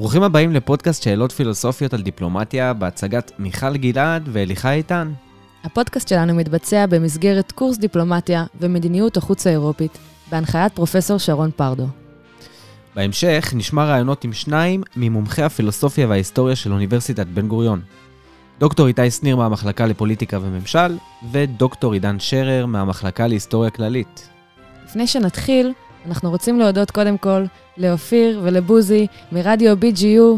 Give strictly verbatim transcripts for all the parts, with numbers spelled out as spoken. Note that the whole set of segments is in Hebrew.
ברוכים הבאים לפודקאסט שאלות פילוסופיות על דיפלומטיה בהצגת מיכל גלעד ואליחי איתן. הפודקאסט שלנו מתבצע במסגרת קורס דיפלומטיה ומדיניות החוץ האירופית, בהנחיית פרופסור שרון פרדו. בהמשך נשמע רעיונות עם שניים ממומחי הפילוסופיה וההיסטוריה של אוניברסיטת בן גוריון. דוקטור איתי שניר מהמחלקה לפוליטיקה וממשל, ודוקטור עידן שרר מהמחלקה להיסטוריה כללית. לפני שנתחיל, אנחנו רוצים להודות קודם כל לאופיר ולבוזי מרדיו בי ג'י יו,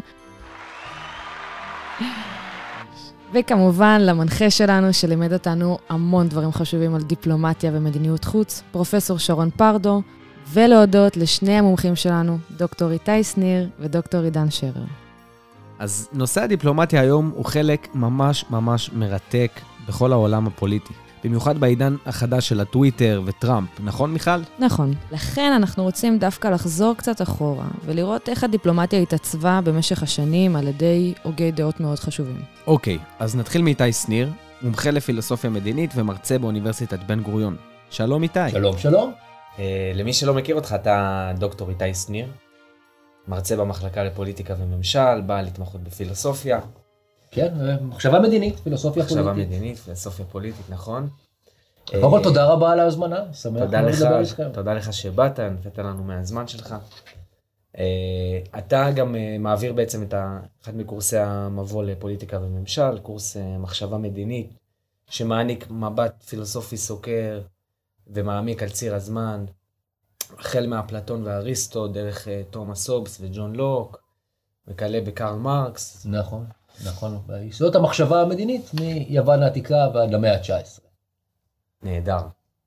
וכמובן למנחה שלנו שלימד אותנו המון דברים חשובים על דיפלומטיה ומדיניות חוץ, פרופסור שרון פרדו, ולהודות לשני המומחים שלנו, דוקטור איתי שניר ודוקטור עידן שרר. אז נושא הדיפלומטיה היום הוא חלק ממש ממש מרתק בכל העולם הפוליטי. במיוחד בעידן החדש של הטוויטר וטראמפ, נכון מיכל? נכון. לכן אנחנו רוצים דווקא לחזור קצת אחורה, ולראות איך הדיפלומטיה התעצבה במשך השנים על ידי הוגי דעות מאוד חשובים. אוקיי, אז נתחיל מאיתי שניר, מומחה לפילוסופיה מדינית ומרצה באוניברסיטת בן גוריון. שלום איתי. שלום, שלום. Uh, למי שלא מכיר אותך, אתה דוקטור איתי שניר, מרצה במחלקה לפוליטיקה וממשל, בא להתמחות בפילוסופיה. כן, מחשבה מדינית, פילוסופיה מחשבה פוליטית. מחשבה מדינית, פילוסופיה פוליטית, נכון. קודם כל, תודה רבה על ההזמנה, שמח תודה מאוד לך, לדבר איתכם. תודה לך שבאת, נתת לנו מהזמן שלך. אתה גם מעביר בעצם את אחד מקורסי המבוא לפוליטיקה וממשל, קורס מחשבה מדינית, שמעניק מבט פילוסופי סוקר ומעמיק על ציר הזמן, החל מאפלטון ואריסטו, דרך תומאס הובס וג'ון לוק, וכלה בקרל מרקס. נכון, נכון. זאת המחשבה המדינית מיוון העתיקה ועד למאה ה-תשע עשרה. נהדר.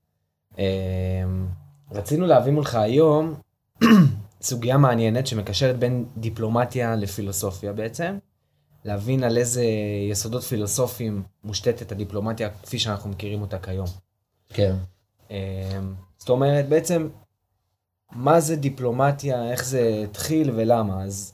רצינו להביא מולך היום סוגיה מעניינת שמקשרת בין דיפלומטיה לפילוסופיה בעצם, להבין על איזה יסודות פילוסופיים מושתתת הדיפלומטיה כפי שאנחנו מכירים אותה כיום. כן. זאת אומרת, בעצם, מה זה דיפלומטיה, איך זה התחיל ולמה? אז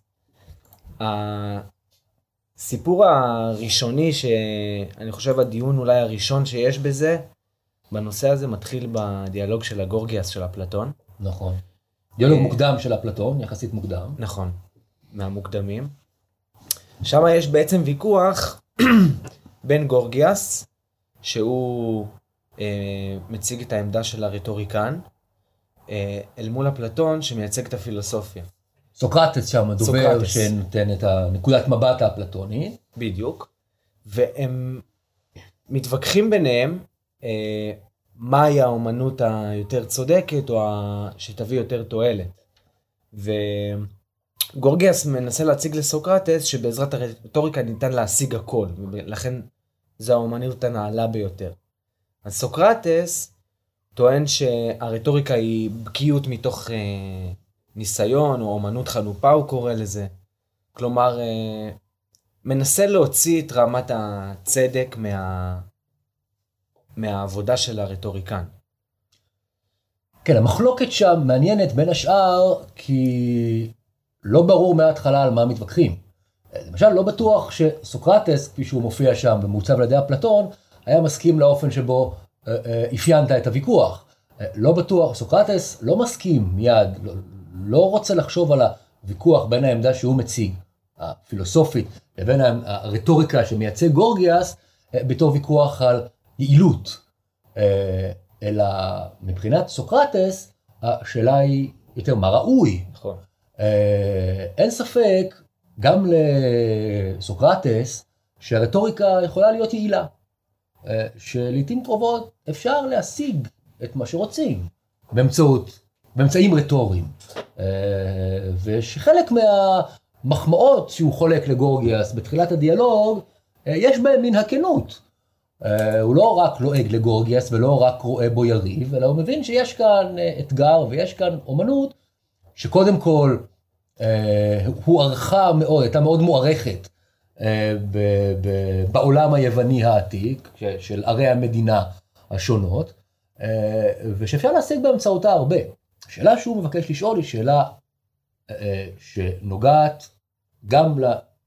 הסיפור הראשוני, שאני חושב הדיון אולי הראשון שיש בזה, בנושא הזה מתחיל בדיאלוג של הגורגיאס של אפלטון. נכון. דיאלוג מוקדם של אפלטון, יחסית מוקדם. נכון, מהמוקדמים. שם יש בעצם ויכוח בין גורגיאס, שהוא אה, מציג את העמדה של הרטוריקן, אה, אל מול אפלטון שמייצג את הפילוסופיה. סוקרטס שם, הדובר שנותן את נקודת מבט האפלטונית. בדיוק. והם מתווכחים ביניהם, אה, מהי האומנות היותר צודקת, או שתביא יותר תועלת. וגורגיאס מנסה להציג לסוקרטס, שבעזרת הרטוריקה ניתן להשיג הכל, ולכן זו האומנות הנעלה ביותר. אז סוקרטס טוען שהרטוריקה היא בקיאות מתוך אה, ניסיון, או אומנות חנופה הוא קורא לזה. כלומר, אה, מנסה להוציא את רמת הצדק מה... מהעבודה של הרטוריקן. כן, המחלוקת שם מעניינת בין השאר, כי לא ברור מההתחלה על מה מתווכחים. למשל, לא בטוח שסוקרטס, כפי שהוא מופיע שם ומוצב על ידי אפלטון, היה מסכים לאופן שבו אה, אה, אפיינת את הוויכוח. אה, לא בטוח, סוקרטס לא מסכים מיד, לא, לא רוצה לחשוב על הוויכוח בין העמדה שהוא מציג, הפילוסופית, לבין הרטוריקה שמייצג גורגיאס, אה, בתור ויכוח על יעילות, אלא מבחינת סוקרטס, השאלה היא יותר מה ראוי. נכון. אין ספק, גם לסוקרטס, שהרטוריקה יכולה להיות יעילה, שלעיתים קרובות אפשר להשיג את מה שרוצים, באמצעות, באמצעים רטוריים. ושחלק מהמחמאות שהוא חולק לגורגיאס בתחילת הדיאלוג, יש בהם מן הכנות. Uh, הוא לא רק לועג לגורגיאס ולא רק רואה בו יריב, אלא הוא מבין שיש כאן uh, אתגר ויש כאן אומנות שקודם כל uh, הוא ערכה מאוד, הייתה מאוד מוערכת uh, ב- ב- בעולם היווני העתיק של ערי המדינה השונות, uh, ושאפשר להשיג באמצעותה הרבה. השאלה שהוא מבקש לשאול היא שאלה uh, שנוגעת גם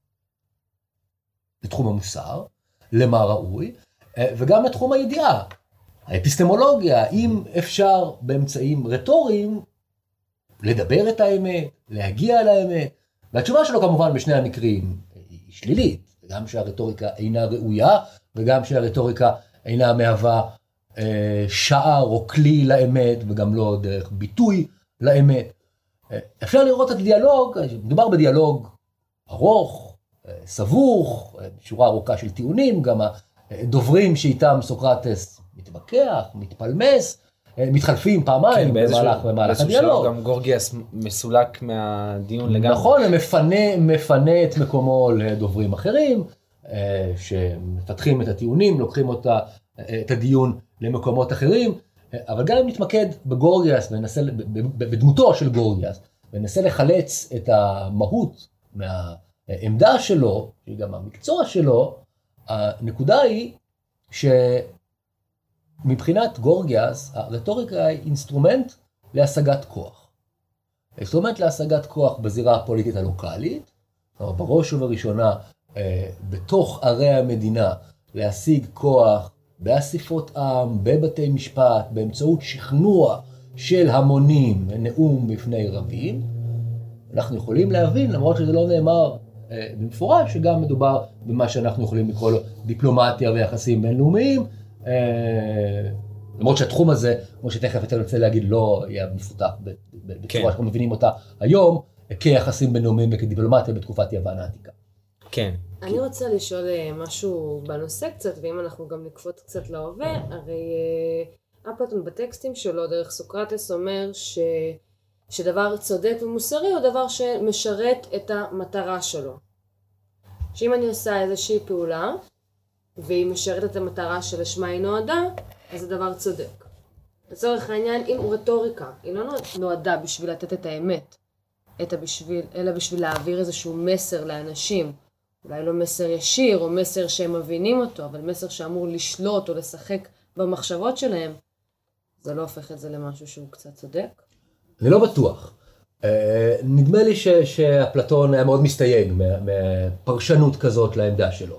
לתחום המוסר, למה ראוי, וגם לתחום הידיעה, האפיסטמולוגיה, אם אפשר באמצעים רטוריים לדבר את האמת, להגיע על האמת, והתשובה שלו כמובן בשני המקרים היא שלילית, גם שהרטוריקה אינה ראויה, וגם שהרטוריקה אינה מהווה אה, שער או כלי לאמת, וגם לא דרך ביטוי לאמת. אה, אפשר לראות את הדיאלוג, מדובר בדיאלוג ארוך, אה, סבוך, אה, שורה ארוכה של טיעונים, גם הדוברים שאיתם סוקרטס מתווכח, מתפלמס, מתחלפים פעמיים כן, במהלך, במהלך הדיאלוג. גם גורגיאס מסולק מהדיון לגמרי. נכון, הוא מפנה, מפנה את מקומו לדוברים אחרים, שמפתחים את הטיעונים, לוקחים אותה, את הדיון למקומות אחרים, אבל גם אם נתמקד בגורגיאס, וננסה, בדמותו של גורגיאס, וננסה לחלץ את המהות מהעמדה שלו, שהיא גם המקצוע שלו, הנקודה היא ש... מבחינת גורגיאס, הרטוריקה היא אינסטרומנט להשגת כוח. אינסטרומנט להשגת כוח בזירה הפוליטית הלוקלית, בראש ובראשונה בתוך ערי המדינה, להשיג כוח באספות עם, בבתי משפט, באמצעות שכנוע של המונים, נאום בפני רבים. אנחנו יכולים להבין, למרות שזה לא נאמר במפורש, שגם מדובר במה שאנחנו יכולים לקרוא לו דיפלומטיה ויחסים בינלאומיים, למרות שהתחום הזה, כמו שתכף אתה רוצה להגיד, לא היה מפותח בצורה שאנחנו מבינים אותה היום, כיחסים בינלאומיים וכדיפלומטיה בתקופת יוון העתיקה. כן. אני רוצה לשאול משהו בנושא קצת, ואם אנחנו גם נקפוץ קצת להווה, הרי אפלטון בטקסטים שלו דרך סוקרטס אומר ש... שדבר צודק ומוסרי הוא דבר שמשרת את המטרה שלו. שאם אני עושה איזושהי פעולה, והיא משרתת את המטרה שלשמה היא נועדה, אז זה דבר צודק. לצורך העניין, אם רטוריקה, היא לא נועדה בשביל לתת את האמת, את הבשביל, אלא בשביל להעביר איזשהו מסר לאנשים, אולי לא מסר ישיר או מסר שהם מבינים אותו, אבל מסר שאמור לשלוט או לשחק במחשבות שלהם, זה לא הופך את זה למשהו שהוא קצת צודק? אני לא בטוח. נדמה לי שאפלטון היה מאוד מסתייג מפרשנות כזאת לעמדה שלו.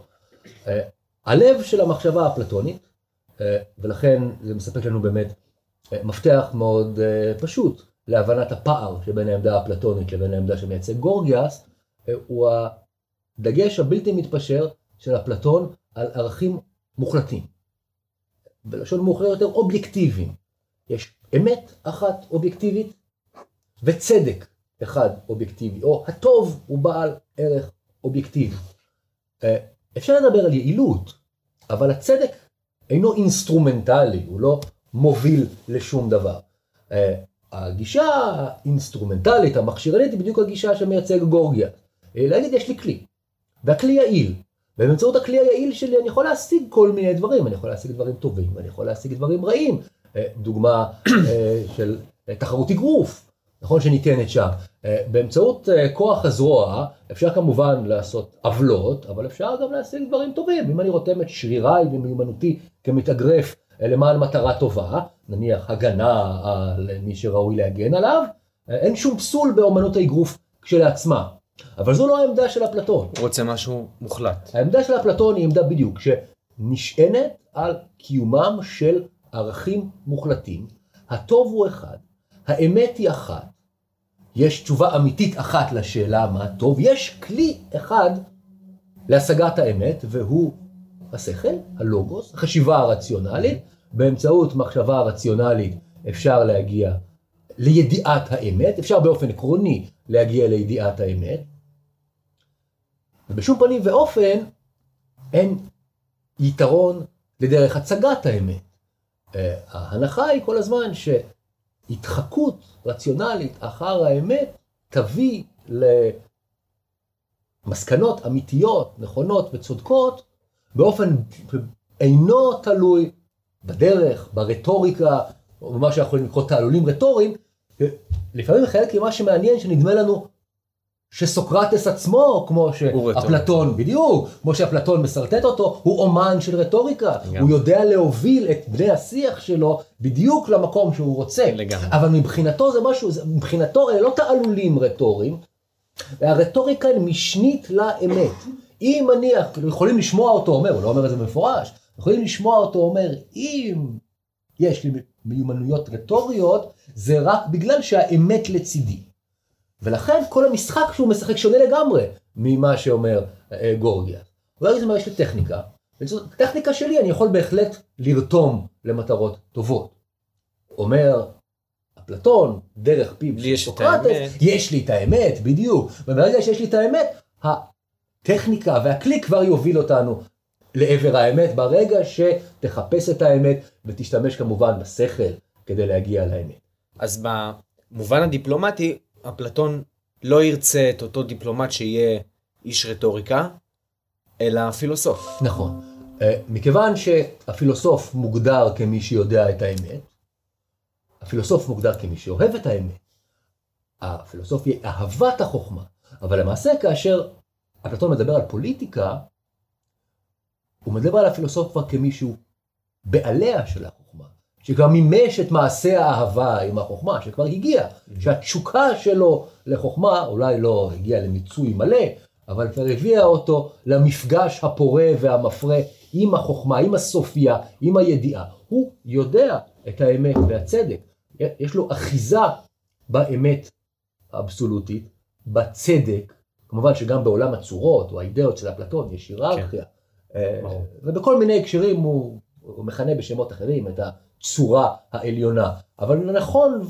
הלב של המחשבה האפלטונית, ולכן זה מספק לנו באמת מפתח מאוד פשוט להבנת הפער שבין העמדה האפלטונית לבין העמדה שמייצג גורגיאס, הוא הדגש הבלתי מתפשר של אפלטון על ערכים מוחלטים. בלשון מאוחר יותר אובייקטיביים. יש אמת אחת אובייקטיבית וצדק אחד אובייקטיבי, או הטוב הוא בעל ערך אובייקטיבי. אפשר לדבר על יעילות, אבל הצדק אינו אינסטרומנטלי, הוא לא מוביל לשום דבר. הגישה האינסטרומנטלית, המכשירנית, היא בדיוק הגישה שמייצג גורגיה. להגיד, יש לי כלי, והכלי יעיל, ובאמצעות הכלי היעיל שלי אני יכול להשיג כל מיני דברים, אני יכול להשיג דברים טובים, אני יכול להשיג דברים רעים. דוגמה של תחרות אגרוף, נכון שניתנת שם. באמצעות כוח הזרוע אפשר כמובן לעשות עוולות, אבל אפשר גם להשיג דברים טובים. אם אני רותם את שריריי ומיומנותי כמתאגרף למען מטרה טובה, נניח הגנה על מי שראוי להגן עליו, אין שום פסול באומנות האגרוף כשלעצמה. אבל זו לא העמדה של אפלטון. הוא רוצה משהו מוחלט. העמדה של אפלטון היא עמדה בדיוק, שנשענת על קיומם של ערכים מוחלטים. הטוב הוא אחד, האמת היא אחת, יש תשובה אמיתית אחת לשאלה מה טוב, יש כלי אחד להשגת האמת, והוא השכל, הלוגוס, החשיבה הרציונלית. באמצעות מחשבה רציונלית אפשר להגיע לידיעת האמת, אפשר באופן עקרוני להגיע לידיעת האמת, ובשום פנים ואופן אין יתרון לדרך הצגת האמת. ההנחה היא כל הזמן שהתחקות רציונלית אחר האמת תביא למסקנות אמיתיות, נכונות וצודקות, באופן אינו תלוי בדרך, ברטוריקה, או במה שאנחנו יכולים לקרוא תעלולים רטוריים. לפעמים חלק ממה שמעניין שנדמה לנו שסוקרטס עצמו, כמו שאפלטון, בדיוק, כמו שאפלטון מסרטט אותו, הוא אומן של רטוריקה. הוא יודע להוביל את בני השיח שלו בדיוק למקום שהוא רוצה. לגמרי. אבל מבחינתו זה משהו, מבחינתו אלה לא תעלולים רטוריים, והרטוריקה היא משנית לאמת. אם אני, יכולים לשמוע אותו אומר, הוא לא אומר את זה במפורש, יכולים לשמוע אותו אומר, אם יש לי מיומנויות רטוריות, זה רק בגלל שהאמת לצידי. ולכן כל המשחק שהוא משחק שונה לגמרי ממה שאומר גורגיאס. גורגיאס אומר, יש לי טכניקה, בטכניקה שלי אני יכול בהחלט לרתום למטרות טובות. אומר אפלטון, דרך פיו של סוקרטס, יש לי את האמת, בדיוק. וברגע שיש לי את האמת, הטכניקה והכלי כבר יוביל אותנו לעבר האמת, ברגע שתחפש את האמת ותשתמש כמובן בשכל כדי להגיע לאמת. אז במובן הדיפלומטי, אפלטון לא ירצה את אותו דיפלומט שיהיה איש רטוריקה, אלא פילוסוף. נכון. מכיוון שהפילוסוף מוגדר כמי שיודע את האמת, הפילוסוף מוגדר כמי שאוהב את האמת. הפילוסוף היא אהבת החוכמה. אבל למעשה כאשר אפלטון מדבר על פוליטיקה, הוא מדבר על הפילוסוף כבר כמישהו בעליה של החוכמה, שכבר מימש את מעשה האהבה עם החוכמה, שכבר הגיע, שהתשוקה שלו לחוכמה אולי לא הגיעה למיצוי מלא, אבל כבר הביאה אותו למפגש הפורה והמפרה עם החוכמה, עם הסופיה, עם הידיעה. הוא יודע את האמת והצדק. יש לו אחיזה באמת האבסולוטית, בצדק, כמובן שגם בעולם הצורות או האידאות של אפלטון יש היררכיה, כן. ובכל מיני הקשרים הוא, הוא מכנה בשמות אחרים את הצורה העליונה, אבל נכון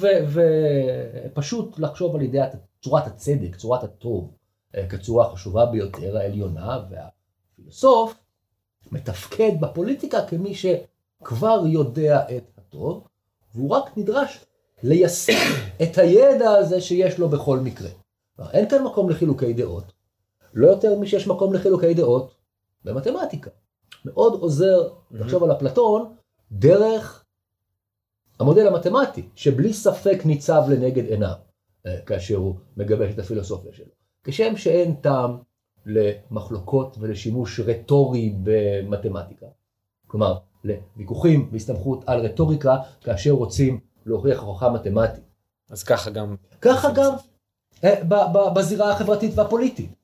ופשוט לחשוב על אידאת צורת הצדק, צורת הטוב, כצורה חשובה ביותר, העליונה, והפילוסוף מתפקד בפוליטיקה כמי שכבר יודע את הטוב, והוא רק נדרש ליישם את הידע הזה שיש לו בכל מקרה. אין כאן מקום לחילוקי דעות, לא יותר משיש מקום לחילוקי דעות במתמטיקה. מאוד עוזר לחשוב על אפלטון דרך המודל המתמטי, שבלי ספק ניצב לנגד עיניו, כאשר הוא מגבש את הפילוסופיה שלו. כשם שאין טעם למחלוקות ולשימוש רטורי במתמטיקה. כלומר, לוויכוחים והסתמכות על רטוריקה, כאשר רוצים להוכיח הוכחה מתמטית. אז ככה גם... ככה גם בזירה החברתית והפוליטית.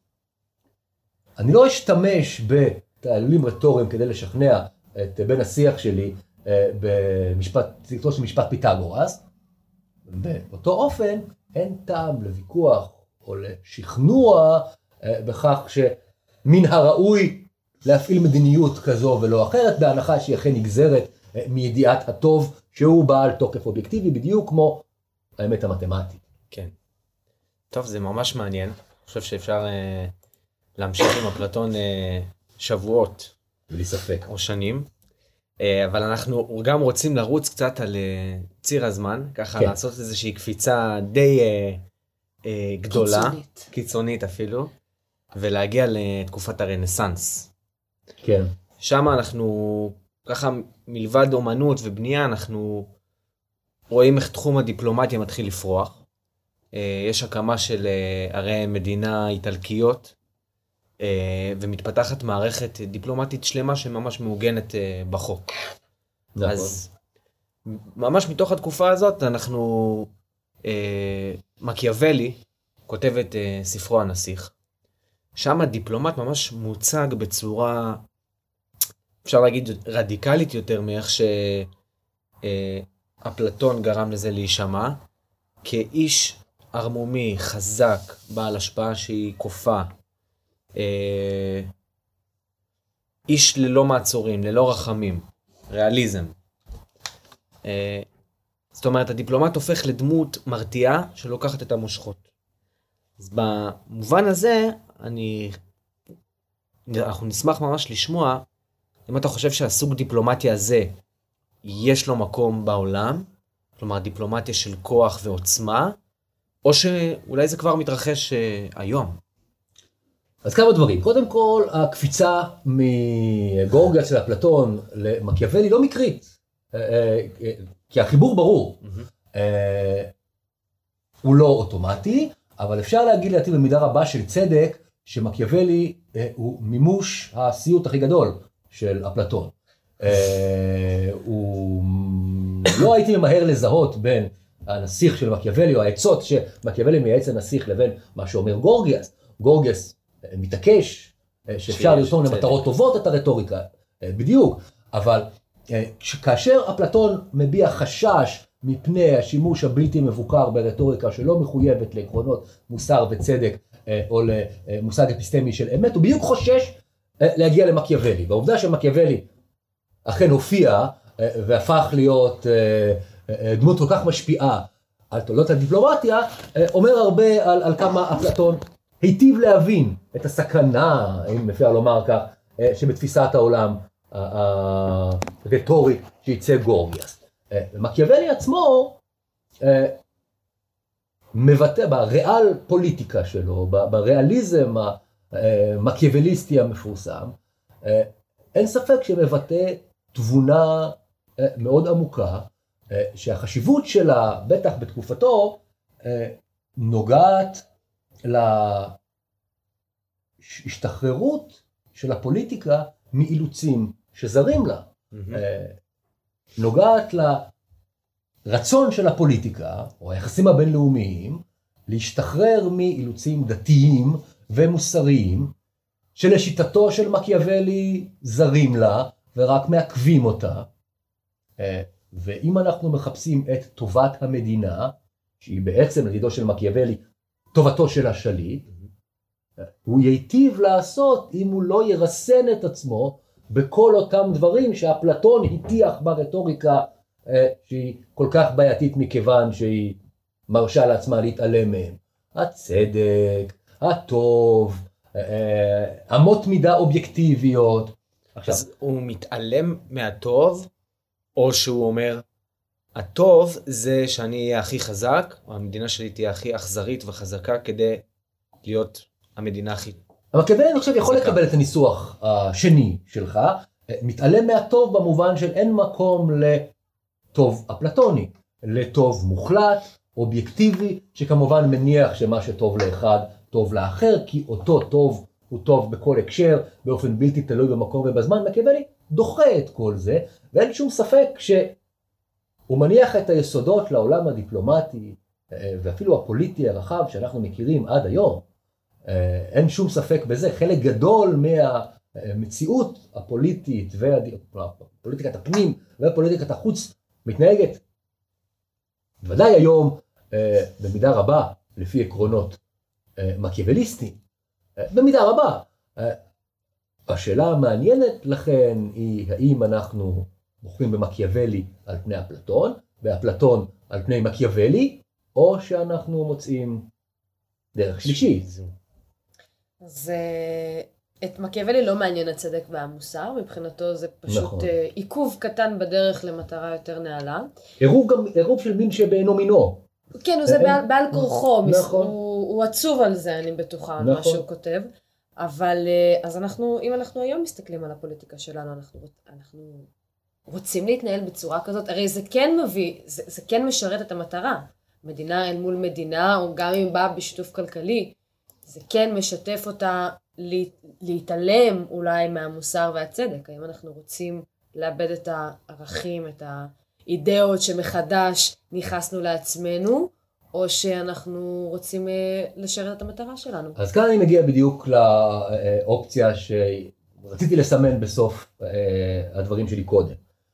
אני לא אשתמש בתעלולים רטוריים כדי לשכנע את בן השיח שלי במשפט, צדקתו של משפט פיתגורס. באותו אופן, אין טעם לוויכוח או לשכנוע בכך שמן הראוי להפעיל מדיניות כזו ולא אחרת, בהנחה שהיא אכן נגזרת מידיעת הטוב, שהוא בעל תוקף אובייקטיבי, בדיוק כמו האמת המתמטית. כן. טוב, זה ממש מעניין. אני חושב שאפשר אה, להמשיך עם אפלטון אה, שבועות. בלי ספק. או שנים. אה, אבל אנחנו גם רוצים לרוץ קצת על אה, ציר הזמן, ככה כן. לעשות איזושהי קפיצה די אה, אה, גדולה. קיצונית. קיצונית אפילו. ולהגיע לתקופת הרנסנס. כן. שם אנחנו, ככה מלבד אומנות ובנייה, אנחנו רואים איך תחום הדיפלומטיה מתחיל לפרוח. יש הקמה של ערי מדינה איטלקיות, ומתפתחת מערכת דיפלומטית שלמה שממש מעוגנת בחוק. נכון. אז ממש מתוך התקופה הזאת אנחנו, מקיאוולי כותב את ספרו הנסיך. שם הדיפלומט ממש מוצג בצורה, אפשר להגיד, רדיקלית יותר מאיך שאפלטון גרם לזה להישמע, כאיש ערמומי, חזק, בעל השפעה שהיא קופה, איש ללא מעצורים, ללא רחמים, ריאליזם. זאת אומרת, הדיפלומט הופך לדמות מרתיעה שלוקחת את המושכות. אז במובן הזה, אני, אנחנו נשמח ממש לשמוע, אם אתה חושב שהסוג דיפלומטיה הזה, יש לו מקום בעולם, כלומר דיפלומטיה של כוח ועוצמה, או שאולי זה כבר מתרחש היום. אז כמה דברים. קודם כל, הקפיצה מגורגיאס של אפלטון למקיאוולי לא מקרית, כי החיבור ברור. הוא לא אוטומטי, אבל אפשר להגיד לעתיד במידה רבה של צדק, שמקיאוולי הוא מימוש הסיוט הכי גדול של אפלטון. הוא לא הייתי ממהר לזהות בין הנסיך של מקיאוולי, או העצות שמקיאוולי מייעץ לנסיך, לבין מה שאומר גורגיאס. גורגיאס מתעקש שאפשר לרתום למטרות טובות את הרטוריקה, בדיוק. אבל כאשר אפלטון מביע חשש מפני השימוש הבלתי מבוקר ברטוריקה שלא מחויבת לעקרונות מוסר וצדק או למושג אפיסטמי של אמת, הוא בדיוק חושש להגיע למקיאוולי. והעובדה שמקיאוולי אכן הופיע והפך להיות דמות כל כך משפיעה על תולדות הדיפלומטיה, אומר הרבה על, על כמה אפלטון היטיב להבין את הסכנה, אם אפשר לומר כך, שבתפיסת העולם הרטורית שייצג גורגיאס. מקיאוולי עצמו מבטא בריאל פוליטיקה שלו, בריאליזם המקיאווליסטי המפורסם, אין ספק שמבטא תבונה מאוד עמוקה, שהחשיבות שלה, בטח בתקופתו, נוגעת להשתחררות של הפוליטיקה מאילוצים שזרים לה. Mm-hmm. נוגעת לרצון של הפוליטיקה, או היחסים הבינלאומיים, להשתחרר מאילוצים דתיים ומוסריים, שלשיטתו של מקיאוולי זרים לה, ורק מעכבים אותה. ואם אנחנו מחפשים את טובת המדינה, שהיא בעצם לדידו של מקיאוולי, טובתו של השליט, הוא ייטיב לעשות אם הוא לא ירסן את עצמו בכל אותם דברים שאפלטון הטיח ברטוריקה שהיא כל כך בעייתית מכיוון שהיא מרשה לעצמה להתעלם מהם. הצדק, הטוב, אמות מידה אובייקטיביות. עכשיו, אז הוא מתעלם מהטוב, או שהוא אומר, הטוב זה שאני אהיה הכי חזק, או המדינה שלי תהיה הכי אכזרית וחזקה כדי להיות המדינה הכי... אבל כדי אני חושב יכול לקבל את הניסוח השני שלך, מתעלם מהטוב במובן של אין מקום לטוב אפלטוני, לטוב מוחלט, אובייקטיבי, שכמובן מניח שמה שטוב לאחד טוב לאחר, כי אותו טוב הוא טוב בכל הקשר, באופן בלתי תלוי במקום ובזמן. מקיאוולי דוחה את כל זה, ואין שום ספק שהוא מניח את היסודות לעולם הדיפלומטי, ואפילו הפוליטי הרחב שאנחנו מכירים עד היום. אין שום ספק בזה, חלק גדול מהמציאות הפוליטית, ופוליטיקת הפנים ופוליטיקת החוץ מתנהגת, ודאי היום במידה רבה לפי עקרונות מקיאווליסטיים, במידה רבה. השאלה המעניינת לכן היא האם אנחנו בוחרים במקיאוולי על פני אפלטון, ואפלטון על פני מקיאוולי, או שאנחנו מוצאים דרך שלישית. אז את מקיאוולי לא מעניין הצדק והמוסר, מבחינתו זה פשוט נכון. עיכוב קטן בדרך למטרה יותר נעלה. עירוב גם, עירוב של מין שבאינו מינו. כן, זה בעל, בעל כורחו, נכון. הוא, הוא עצוב על זה, אני בטוחה, נכון. מה שהוא כותב. אבל אז אנחנו, אם אנחנו היום מסתכלים על הפוליטיקה שלנו, אנחנו, אנחנו רוצים להתנהל בצורה כזאת, הרי זה כן מביא, זה, זה כן משרת את המטרה. מדינה אל מול מדינה, או גם אם באה בשיתוף כלכלי, זה כן משתף אותה להתעלם אולי מהמוסר והצדק. האם אנחנו רוצים לאבד את הערכים, את האידאות שמחדש נכנסנו לעצמנו, או שאנחנו רוצים לשרת את המטרה שלנו. אז כאן אני מגיע בדיוק לאופציה שרציתי לסמן בסוף הדברים שלי קודם.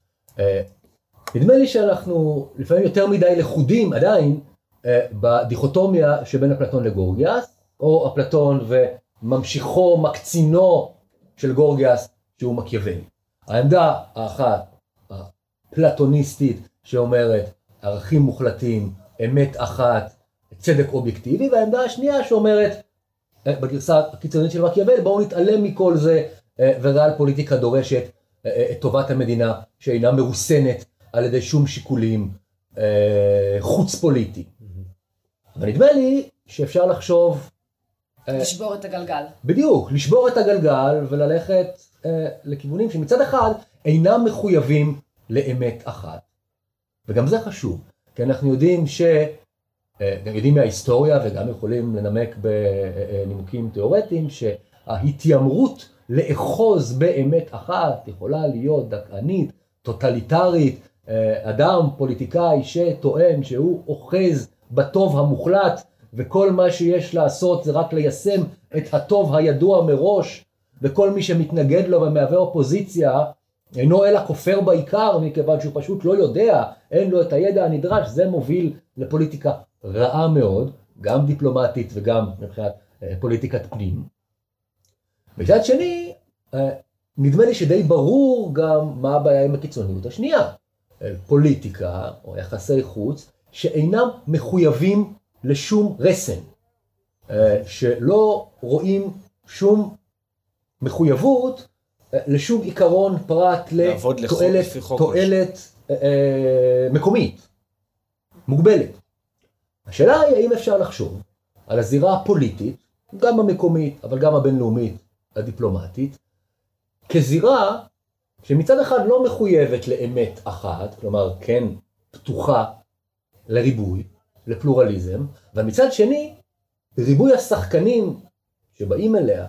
נדמה לי שאנחנו לפעמים יותר מדי לחודים עדיין בדיכוטומיה שבין אפלטון לגורגיאס, או אפלטון וממשיכו, מקצינו של גורגיאס שהוא מקיאוולי. העמדה האחת, הפלטוניסטית, שאומרת ערכים מוחלטים, אמת אחת, צדק אובייקטיבי, והעמדה השנייה שאומרת, בגרסה הקיצונית של מקיאוולי, בואו נתעלם מכל זה, וריאל פוליטיקה דורשת את טובת המדינה, שאינה מרוסנת על ידי שום שיקולים חוץ פוליטי. אבל נדמה לי שאפשר לחשוב... לשבור את הגלגל. בדיוק, לשבור את הגלגל וללכת לכיוונים שמצד אחד אינם מחויבים לאמת אחת. וגם זה חשוב. כי אנחנו יודעים ש... גם יודעים מההיסטוריה וגם יכולים לנמק בנימוקים תיאורטיים שההתיימרות לאחוז באמת אחת יכולה להיות דכאנית, טוטליטרית, אדם פוליטיקאי שטוען שהוא אוחז בטוב המוחלט וכל מה שיש לעשות זה רק ליישם את הטוב הידוע מראש, וכל מי שמתנגד לו ומהווה אופוזיציה אינו אלא כופר בעיקר, מכיוון שהוא פשוט לא יודע, אין לו את הידע הנדרש, זה מוביל לפוליטיקה רעה מאוד, גם דיפלומטית וגם מבחינת פוליטיקת פנים. מצד שני, נדמה לי שדי ברור גם מה הבעיה עם הקיצוניות השנייה. פוליטיקה או יחסי חוץ שאינם מחויבים לשום רסן, שלא רואים שום מחויבות לשום עיקרון פרט לתועלת תועלת אה, מקומית, מוגבלת. השאלה היא האם אפשר לחשוב על הזירה הפוליטית, גם המקומית, אבל גם הבינלאומית, הדיפלומטית, כזירה שמצד אחד לא מחויבת לאמת אחת, כלומר כן פתוחה לריבוי, לפלורליזם, ומצד שני, ריבוי השחקנים שבאים אליה,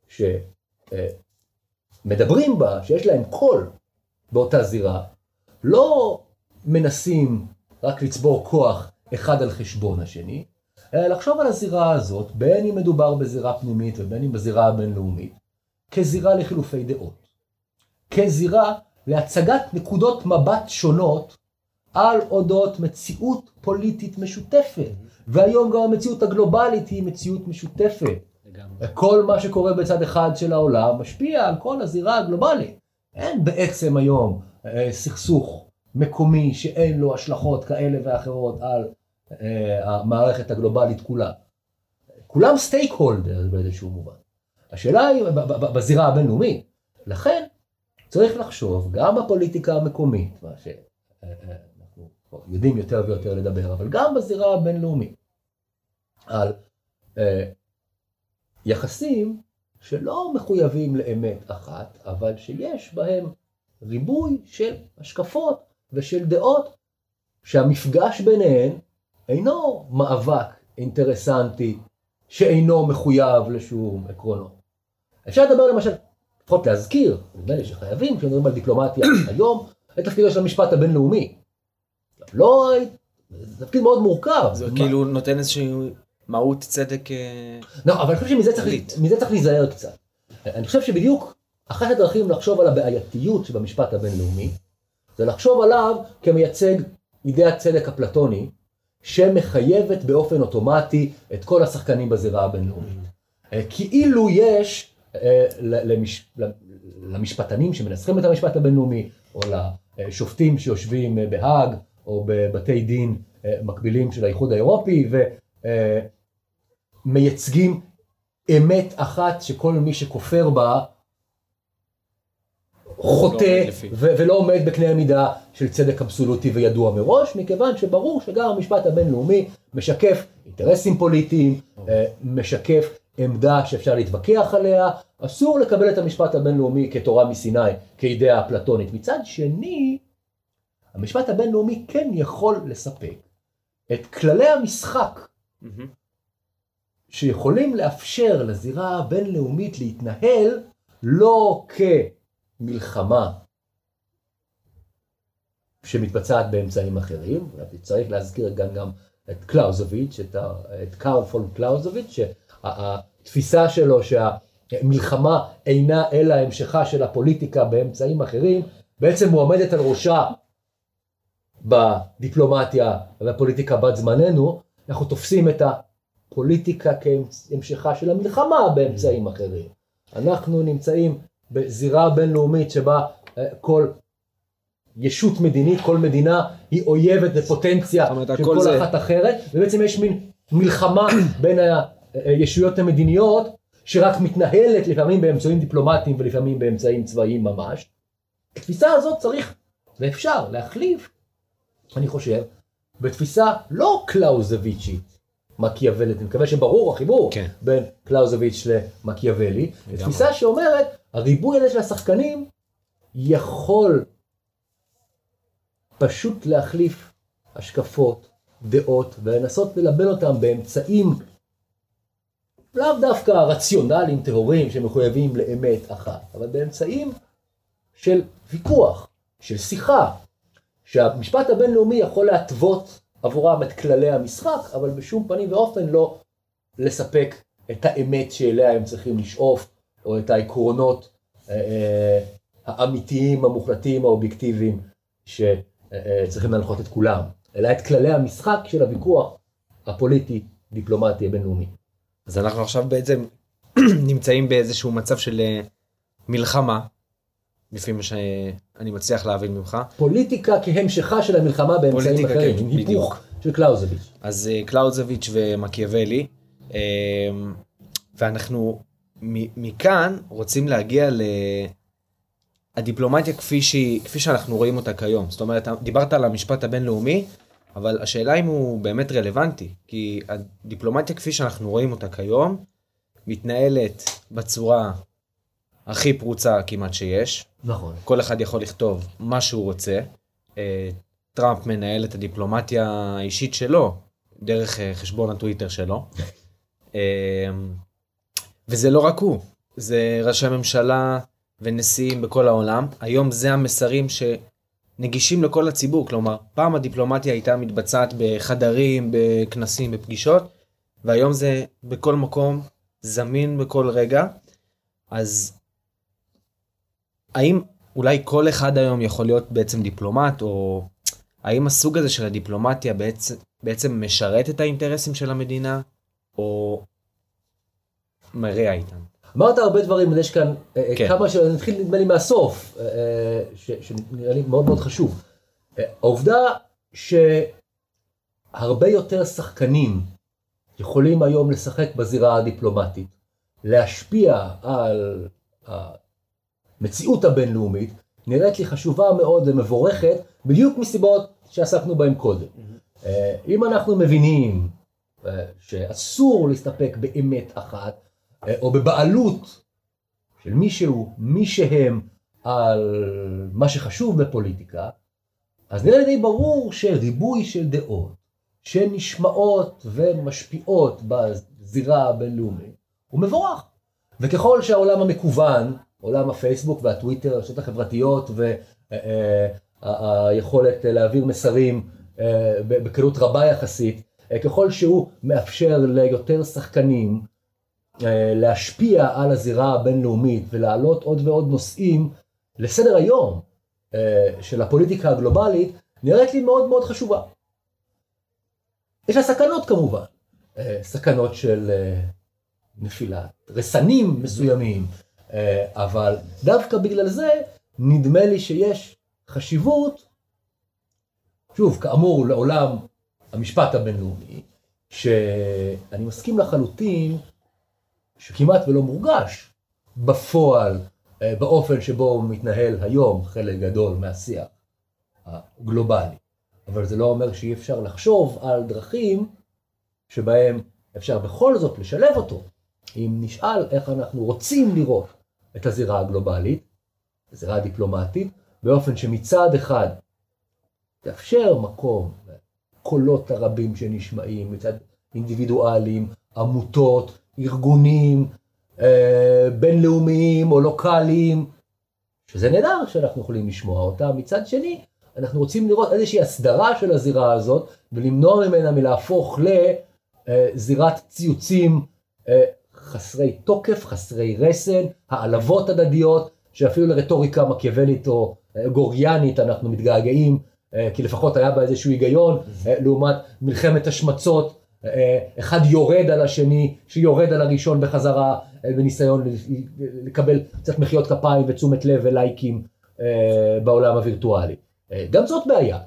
שמדברים בה, שיש להם קול באותה זירה, לא מנסים רק לצבור כוח אחד על חשבון השני, אלא לחשוב על הזירה הזאת, בין אם מדובר בזירה פנימית ובין אם בזירה הבינלאומית, כזירה לחילופי דעות. כזירה להצגת נקודות מבט שונות על אודות מציאות פוליטית משותפת. והיום גם המציאות הגלובלית היא מציאות משותפת. לגמרי. כל מה שקורה בצד אחד של העולם משפיע על כל הזירה הגלובלית. אין בעצם היום אה, סכסוך מקומי שאין לו השלכות כאלה ואחרות על אה, המערכת הגלובלית כולה. כולם סטייק הולדר באיזשהו מובן. השאלה היא בזירה הבינלאומית. לכן צריך לחשוב גם בפוליטיקה המקומית, מה שאנחנו יודעים יותר ויותר לדבר, אבל גם בזירה הבינלאומית, על אה, יחסים שלא מחויבים לאמת אחת, אבל שיש בהם ריבוי של השקפות ושל דעות, שהמפגש ביניהן אינו מאבק אינטרסנטי, שאינו מחויב לשום עקרונות. אפשר לדבר למשל, לפחות להזכיר, נדמה לי שחייבים, כשנדברים על דיפלומטיה היום, את תפקידו של המשפט הבינלאומי. לא, זה תפקיד מאוד מורכב. זה כאילו נותן איזושהי מהות צדק... לא, אבל אני חושב שמזה צריך להיזהר קצת. אני חושב שבדיוק אחת הדרכים לחשוב על הבעייתיות שבמשפט הבינלאומי, זה לחשוב עליו כמייצג אידיאת צדק אפלטוני, שמחייבת באופן אוטומטי את כל השחקנים בזירה הבינלאומית. כאילו יש למש... למשפטנים שמנסחים את המשפט הבינלאומי, או לשופטים שיושבים בהאג, או בבתי דין מקבילים של האיחוד האירופי, ומייצגים אמת אחת שכל מי שכופר בה חוטא ולא עומד בקנה המידה של צדק אבסולוטי וידוע מראש, מכיוון שברור שגם המשפט הבינלאומי משקף אינטרסים פוליטיים, משקף עמדה שאפשר להתווכח עליה. אסור לקבל את המשפט הבינלאומי כתורה מסיני, כאידאה אפלטונית. מצד שני, המשפט הבינלאומי כן יכול לספק את כללי המשחק שיכולים לאפשר לזירה הבינלאומית להתנהל לא כמלחמה שמתבצעת באמצעים אחרים. צריך להזכיר גם, גם את קלאוזוביץ', את, ה, את קארל פון קלאוזוביץ', שהתפיסה שלו שהמלחמה אינה אלא המשכה של הפוליטיקה באמצעים אחרים, בעצם מועמדת על ראשה בדיפלומטיה והפוליטיקה בת זמננו. אנחנו תופסים את הפוליטיקה כהמשכה של המלחמה באמצעים אחרים. אנחנו נמצאים בזירה בינלאומית שבה כל ישות מדינית, כל מדינה היא אויבת בפוטנציה של כל זה... אחת אחרת, ובעצם יש מין מלחמה בין הישויות המדיניות שרק מתנהלת לפעמים באמצעים דיפלומטיים ולפעמים באמצעים צבאיים ממש. התפיסה הזאת צריך ואפשר להחליף, אני חושב, בתפיסה לא קלאוזוויצ'ית, מקיאוולית. אני מקווה שברור החיבור כן. בין קלאוזוויץ' למקיאוולי. תפיסה שאומרת, הריבוי הזה של השחקנים יכול פשוט להחליף השקפות, דעות, ולנסות ללבן אותם באמצעים לאו דווקא רציונליים טהורים שמחויבים לאמת אחת, אבל באמצעים של ויכוח, של שיחה, שהמשפט הבינלאומי יכול להתוות עבורם את כללי המשחק, אבל בשום פנים ואופן לא לספק את האמת שאליה הם צריכים לשאוף, או את העקרונות אה, האמיתיים, המוחלטים, האובייקטיביים, שצריכים להנחות את כולם, אלא את כללי המשחק של הוויכוח הפוליטי, דיפלומטי, הבינלאומי. אז אנחנו עכשיו בעצם נמצאים באיזשהו מצב של מלחמה, לפי מה שאני מצליח להבין ממך. פוליטיקה כהמשכה של המלחמה באמצעים אחרים, עם היפוך של קלאוזביץ'. אז קלאוזביץ' ומקיאוולי, ואנחנו מכאן רוצים להגיע לדיפלומטיה כפי שהיא, כפי שאנחנו רואים אותה כיום. זאת אומרת, דיברת על המשפט הבינלאומי, אבל השאלה אם הוא באמת רלוונטי, כי הדיפלומטיה כפי שאנחנו רואים אותה כיום, מתנהלת בצורה הכי פרוצה כמעט שיש. נכון. כל אחד יכול לכתוב מה שהוא רוצה. טראמפ מנהל את הדיפלומטיה האישית שלו, דרך חשבון הטוויטר שלו. וזה לא רק הוא, זה ראשי ממשלה ונשיאים בכל העולם. היום זה המסרים שנגישים לכל הציבור. כלומר, פעם הדיפלומטיה הייתה מתבצעת בחדרים, בכנסים, בפגישות, והיום זה בכל מקום, זמין בכל רגע. אז האם אולי כל אחד היום יכול להיות בעצם דיפלומט, או האם הסוג הזה של הדיפלומטיה בעצם, בעצם משרת את האינטרסים של המדינה, או מראה איתם? אמרת הרבה דברים, יש כאן כן. כמה שנתחיל נדמה לי מהסוף, שנראה לי מאוד מאוד חשוב. העובדה שהרבה יותר שחקנים יכולים היום לשחק בזירה הדיפלומטית, להשפיע על המציאות הבינלאומית, נראית לי חשובה מאוד ומבורכת, בדיוק מסיבות שעסקנו בהן קודם. Mm-hmm. אם אנחנו מבינים שאסור להסתפק באמת אחת, או בבעלות של מישהו, מי שהם, על מה שחשוב בפוליטיקה, אז נראה לי די ברור שריבוי של דעות, שנשמעות ומשפיעות בזירה הבינלאומית, הוא מבורך. וככל שהעולם המקוון, עולם הפייסבוק והטוויטר, הרשתות החברתיות והיכולת להעביר מסרים בקלות רבה יחסית, ככל שהוא מאפשר ליותר שחקנים להשפיע על הזירה הבינלאומית ולהעלות עוד ועוד נושאים לסדר היום של הפוליטיקה הגלובלית, נראית לי מאוד מאוד חשובה. יש לה סכנות כמובן, סכנות של נפילת רסנים מסוימים, אבל דווקא בגלל זה נדמה לי שיש חשיבות, שוב, כאמור לעולם המשפט הבינלאומי, שאני מסכים לחלוטין שכמעט ולא מורגש בפועל, באופן שבו מתנהל היום חלק גדול מהשיח הגלובלי. אבל זה לא אומר שאי אפשר לחשוב על דרכים שבהם אפשר בכל זאת לשלב אותו. אם נשאל איך אנחנו רוצים לראות את הזירה הגלובלית, הזירה הדיפלומטית, באופן שמצד אחד תאפשר מקום לקולות הרבים שנשמעים, מצד אינדיבידואלים, עמותות, ארגונים, אה, בינלאומיים או לוקליים, שזה נהדר שאנחנו יכולים לשמוע אותם. מצד שני, אנחנו רוצים לראות איזושהי הסדרה של הזירה הזאת, ולמנוע ממנה מלהפוך לזירת ציוצים אה, חסרי תוקף, חסרי רסן, העלבות הדדיות, שאפילו לרטוריקה מקיאוולית או גוריאנית אנחנו מתגעגעים, כי לפחות היה בה איזשהו היגיון, לעומת מלחמת השמצות, אחד יורד על השני, שיורד על הראשון בחזרה, בניסיון לקבל קצת מחיאות כפיים ותשומת לב ולייקים בעולם הווירטואלי. גם זאת בעיה.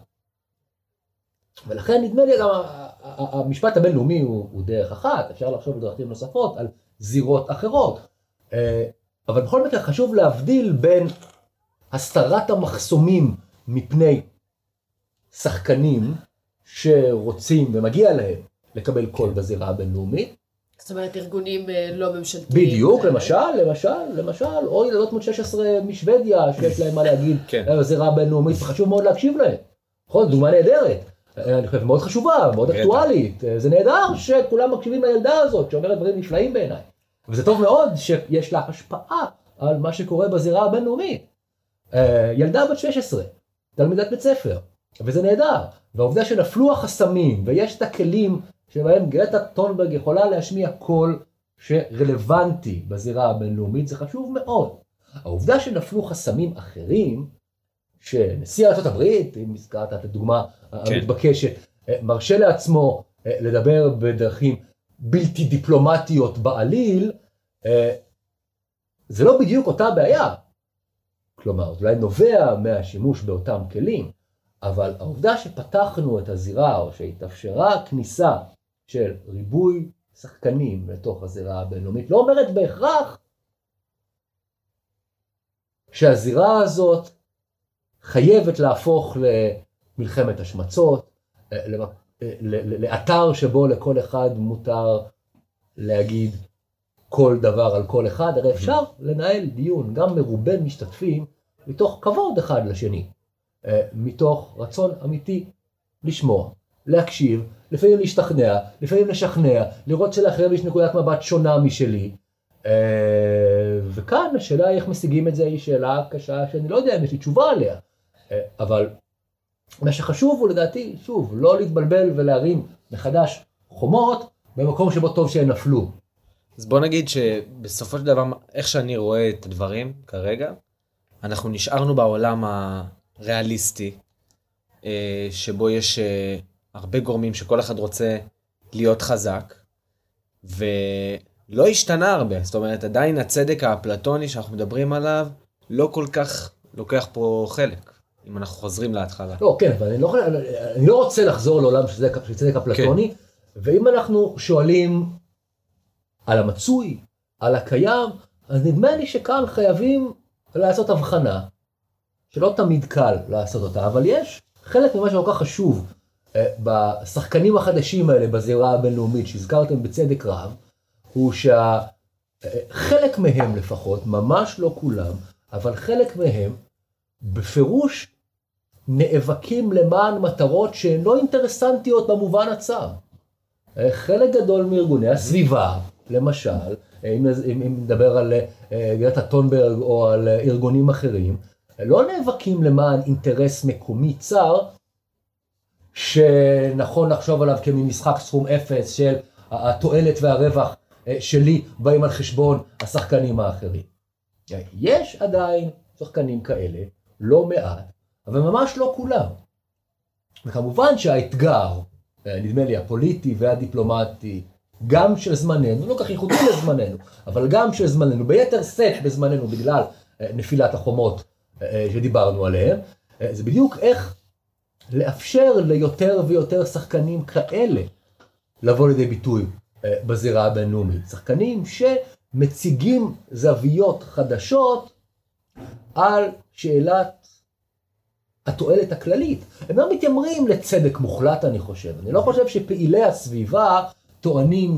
ולכן נדמה לי גם המשפט הבינלאומי הוא דרך אחת, אפשר לחשוב בדרכים נוספות על זירות אחרות. אבל בכל מקרה חשוב להבדיל בין הסתרת המחסומים מפני שחקנים שרוצים ומגיע להם לקבל קול בזירה הבינלאומית. זאת אומרת ארגונים לא ממשלתיים. בדיוק, למשל, למשל, למשל, או ילדות בת שש עשרה משוודיה שיש להם מה להגיד בזירה הבינלאומית, וחשוב מאוד להקשיב להם. נכון, דוגמה נהדרת. אני חושב מאוד חשובה, מאוד אקטואלית. זה נהדר שכולם מקשיבים לילדה הזאת, שאומרת דברים נפלאים בעיניי. וזה טוב מאוד שיש לה השפעה על מה שקורה בזירה הבינלאומית. ילדה בת שש עשרה, תלמידת בית ספר, וזה נהדר. והעובדה שנפלו החסמים, ויש את הכלים שבהם גרטה טונברג יכולה להשמיע קול שרלוונטי בזירה הבינלאומית, זה חשוב מאוד. העובדה שנפלו חסמים אחרים, שנשיא ארצות הברית, אם הזכרת את הדוגמה כן. המתבקשת, מרשה לעצמו לדבר בדרכים בלתי דיפלומטיות בעליל, זה לא בדיוק אותה בעיה. כלומר, אולי נובע מהשימוש באותם כלים, אבל העובדה שפתחנו את הזירה, או שהתאפשרה כניסה של ריבוי שחקנים לתוך הזירה הבינלאומית, לא אומרת בהכרח שהזירה הזאת חייבת להפוך למלחמת השמצות, לאתר שבו לכל אחד מותר להגיד כל דבר על כל אחד, הרי אפשר לנהל דיון גם מרובה משתתפים מתוך כבוד אחד לשני, מתוך רצון אמיתי לשמוע, להקשיב, לפעמים להשתכנע, לפעמים לשכנע, לראות שלאחרים יש נקודת מבט שונה משלי, וכאן השאלה איך משיגים את זה היא שאלה קשה שאני לא יודע אם יש לי תשובה עליה, אבל מה שחשוב הוא לדעתי, שוב, לא להתבלבל ולהרים מחדש חומות במקום שבו טוב שהן נפלו. אז בוא נגיד שבסופו של דבר, איך שאני רואה את הדברים כרגע, אנחנו נשארנו בעולם הריאליסטי, שבו יש הרבה גורמים שכל אחד רוצה להיות חזק, ולא השתנה הרבה. זאת אומרת, עדיין הצדק האפלטוני שאנחנו מדברים עליו, לא כל כך לוקח פה חלק, אם אנחנו חוזרים להתחלה. לא, כן, אבל אני לא, אני לא רוצה לחזור לעולם של צדק אפלטוני, כן. ואם אנחנו שואלים על המצוי, על הקיים, אז נדמה לי שכאן חייבים לעשות הבחנה, שלא תמיד קל לעשות אותה, אבל יש חלק ממה שכל כך חשוב בשחקנים החדשים האלה בזירה הבינלאומית, שהזכרתם בצדק רב, הוא שהחלק מהם לפחות, ממש לא כולם, אבל חלק מהם בפירוש נאבקים למען מטרות שהן לא אינטרסנטיות במובן הצר. חלק גדול מארגוני הסביבה, למשל, אם, אם, אם נדבר על גרטה טונברג או על ארגונים אחרים, לא נאבקים למען אינטרס מקומי צר, שנכון לחשוב עליו כממשחק סכום אפס של התועלת והרווח שלי באים על חשבון השחקנים האחרים. יש עדיין שחקנים כאלה, לא מעט, אבל ממש לא כולם. וכמובן שהאתגר, נדמה לי הפוליטי והדיפלומטי, גם של זמננו, לא כך ייחודי לזמננו, אבל גם של זמננו, ביתר סט בזמננו בגלל נפילת החומות שדיברנו עליהם, זה בדיוק איך לאפשר ליותר ויותר שחקנים כאלה לבוא לידי ביטוי בזירה הבינלאומית. שחקנים שמציגים זוויות חדשות על שאלת התועלת הכללית. הם לא מתיימרים לצדק מוחלט, אני חושב. אני לא חושב שפעילי הסביבה טוענים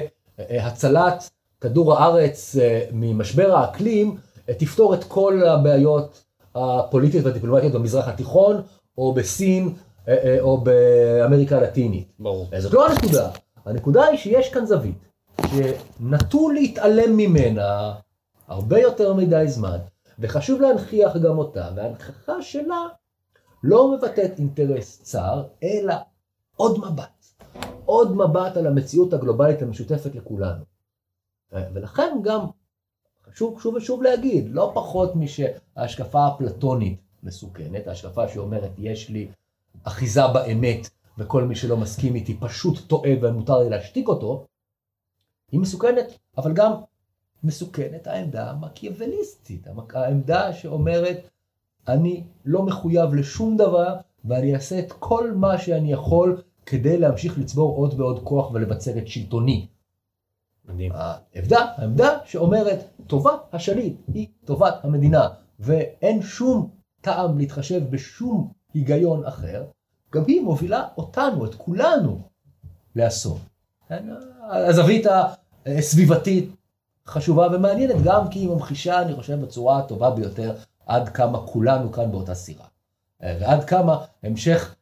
שהצלת כדור הארץ ממשבר האקלים תפתור את כל הבעיות הפוליטיות והדיפלומטיות במזרח התיכון, או בסין, או באמריקה הלטינית. ברור. זאת לא הנקודה. הנקודה היא שיש כאן זווית, שנטו להתעלם ממנה הרבה יותר מדי זמן, וחשוב להנכיח גם אותה, וההנכחה שלה לא מבטאת אינטרס צר, אלא עוד מבט. עוד מבט על המציאות הגלובלית המשותפת לכולנו. ולכן גם חשוב שוב ושוב להגיד, לא פחות משההשקפה הפלטונית מסוכנת, ההשקפה שאומרת יש לי אחיזה באמת, וכל מי שלא מסכים איתי פשוט טועה ומותר לי להשתיק אותו, היא מסוכנת, אבל גם מסוכנת העמדה המקיאווליסטית, העמדה שאומרת אני לא מחויב לשום דבר, ואני אעשה את כל מה שאני יכול כדי להמשיך לצבור עוד ועוד כוח ולבצר את שלטוני. מדהים. העמדה, העמדה שאומרת טובת השליט היא טובת המדינה, ואין שום טעם להתחשב בשום היגיון אחר, גם היא מובילה אותנו, את כולנו, לאסון. הזווית הסביבתית חשובה ומעניינת, גם כי היא ממחישה, אני חושב, בצורה הטובה ביותר, עד כמה כולנו כאן באותה סירה. ועד כמה המשך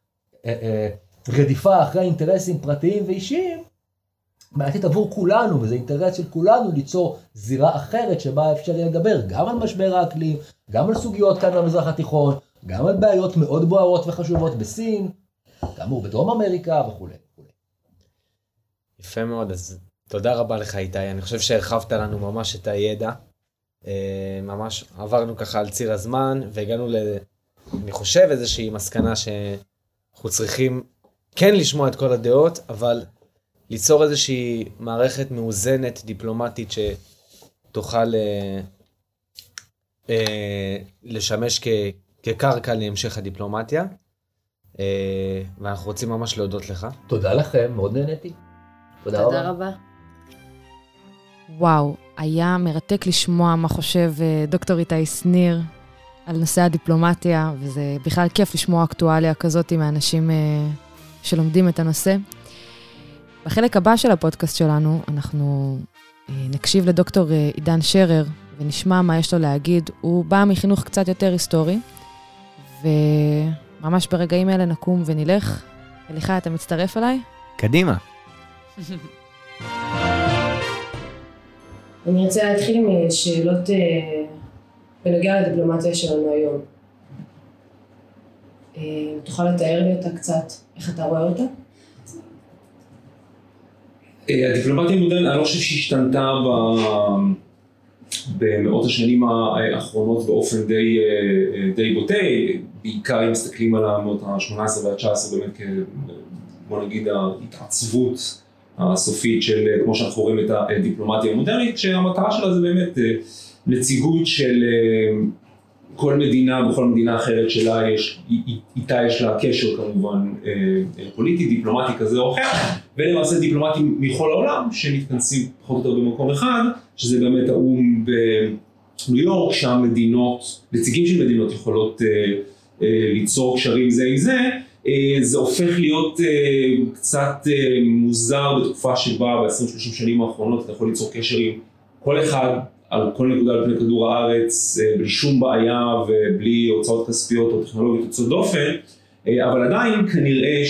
רדיפה אחרי אינטרסים פרטיים ואישיים, מעטית עבור כולנו, וזה אינטרס של כולנו ליצור זירה אחרת שבה אפשר לדבר גם על משבר האקלים, גם על סוגיות כאן במזרח התיכון, גם על בעיות מאוד בוערות וחשובות בסין, כאמור בדרום אמריקה וכו'. יפה מאוד, אז תודה רבה לך איתי, אני חושב שהרחבת לנו ממש את הידע, ממש עברנו ככה על ציר הזמן, והגענו ל... אני חושב איזושהי מסקנה שאנחנו צריכים כן לשמוע את כל הדעות, אבל ליצור איזושהי מערכת מאוזנת, דיפלומטית, שתוכל לשמש כקרקע להמשך הדיפלומטיה. ואנחנו רוצים ממש להודות לך. תודה לכם, מאוד נהניתי. תודה רבה. תודה רבה. וואו, היה מרתק לשמוע מה חושב דוקטור איתי שניר על נושא הדיפלומטיה, וזה בכלל כיף לשמוע אקטואליה כזאת עם האנשים שלומדים את הנושא. בחלק הבא של הפודקאסט שלנו, אנחנו נקשיב לדוקטור עידן שרר, ונשמע מה יש לו להגיד. הוא בא מחינוך קצת יותר היסטורי, וממש ברגעים האלה נקום ונלך. אליחי, אתה מצטרף אליי? קדימה. אני רוצה להתחיל עם שאלות בנוגע לדיפלומטיה שלנו היום. תוכל לתאר לי אותה קצת, איך אתה רואה אותה? הדיפלומטיה המודרנית, אני לא חושב שהשתנתה במאות השנים האחרונות באופן די, די בוטה, בעיקר אם מסתכלים על המאות ה-שמונה עשרה וה-תשע עשרה, באמת, בוא נגיד, ההתעצבות הסופית של, כמו שאנחנו רואים את הדיפלומטיה המודרנית, שהמטרה שלה זה באמת נציגות של כל מדינה, בכל מדינה אחרת שלה יש, איתה יש לה קשר כמובן פוליטי, דיפלומטי כזה או אחר, ולמעשה דיפלומטים מכל העולם שמתכנסים פחות או יותר במקום אחד, שזה באמת האום בניו יורק, שהמדינות, נציגים של מדינות יכולות ליצור קשרים זה עם זה, זה הופך להיות קצת מוזר בתקופה שבה ב-עשרים שלושים שנים האחרונות אתה יכול ליצור קשר עם כל אחד על כל נקודה על פני כדור הארץ בלי שום בעיה ובלי הוצאות כספיות או טכנולוגיות יוצאות דופן, אבל עדיין כנראה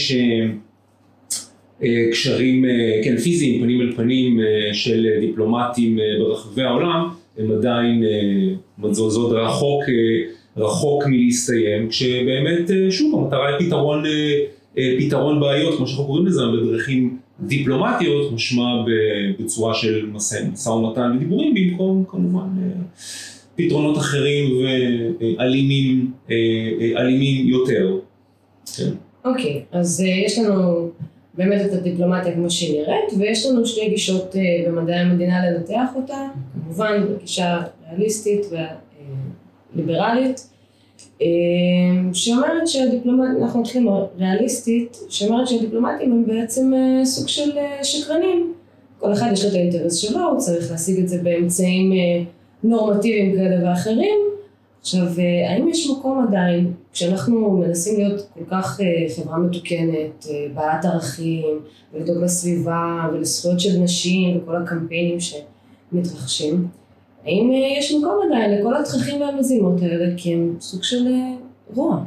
שקשרים כן, פיזיים, פנים אל פנים של דיפלומטים ברחבי העולם הם עדיין זאת רחוק רחוק מלהסתיים, כשבאמת, שוב, המטרה היא פתרון, פתרון בעיות, כמו שאנחנו קוראים לזה, בדרכים דיפלומטיות, משמע בצורה של משא ומתן ודיבורים, במקום כמובן פתרונות אחרים ואלימים, אלימים יותר. אוקיי, אז יש לנו באמת את הדיפלומטיה כמו שהיא נראית, ויש לנו שתי גישות במדעי המדינה לנתח אותה, כמובן בגישה ריאליסטית וליברלית, שאומרת שהדיפלומטים, אנחנו מתחילים ריאליסטית, שאומרת שהדיפלומטים הם בעצם סוג של שקרנים. כל אחד יש לו את האינטרס שלו, הוא צריך להשיג את זה באמצעים נורמטיביים כאלה ואחרים. עכשיו, האם יש מקום עדיין, כשאנחנו מנסים להיות כל כך חברה מתוקנת, בעלת ערכים, ולדאוג לסביבה ולזכויות של נשים וכל הקמפיינים שמתרחשים, האם יש מקום עדיין לכל התככים והמזימות האלה, כי הם סוג של רוע?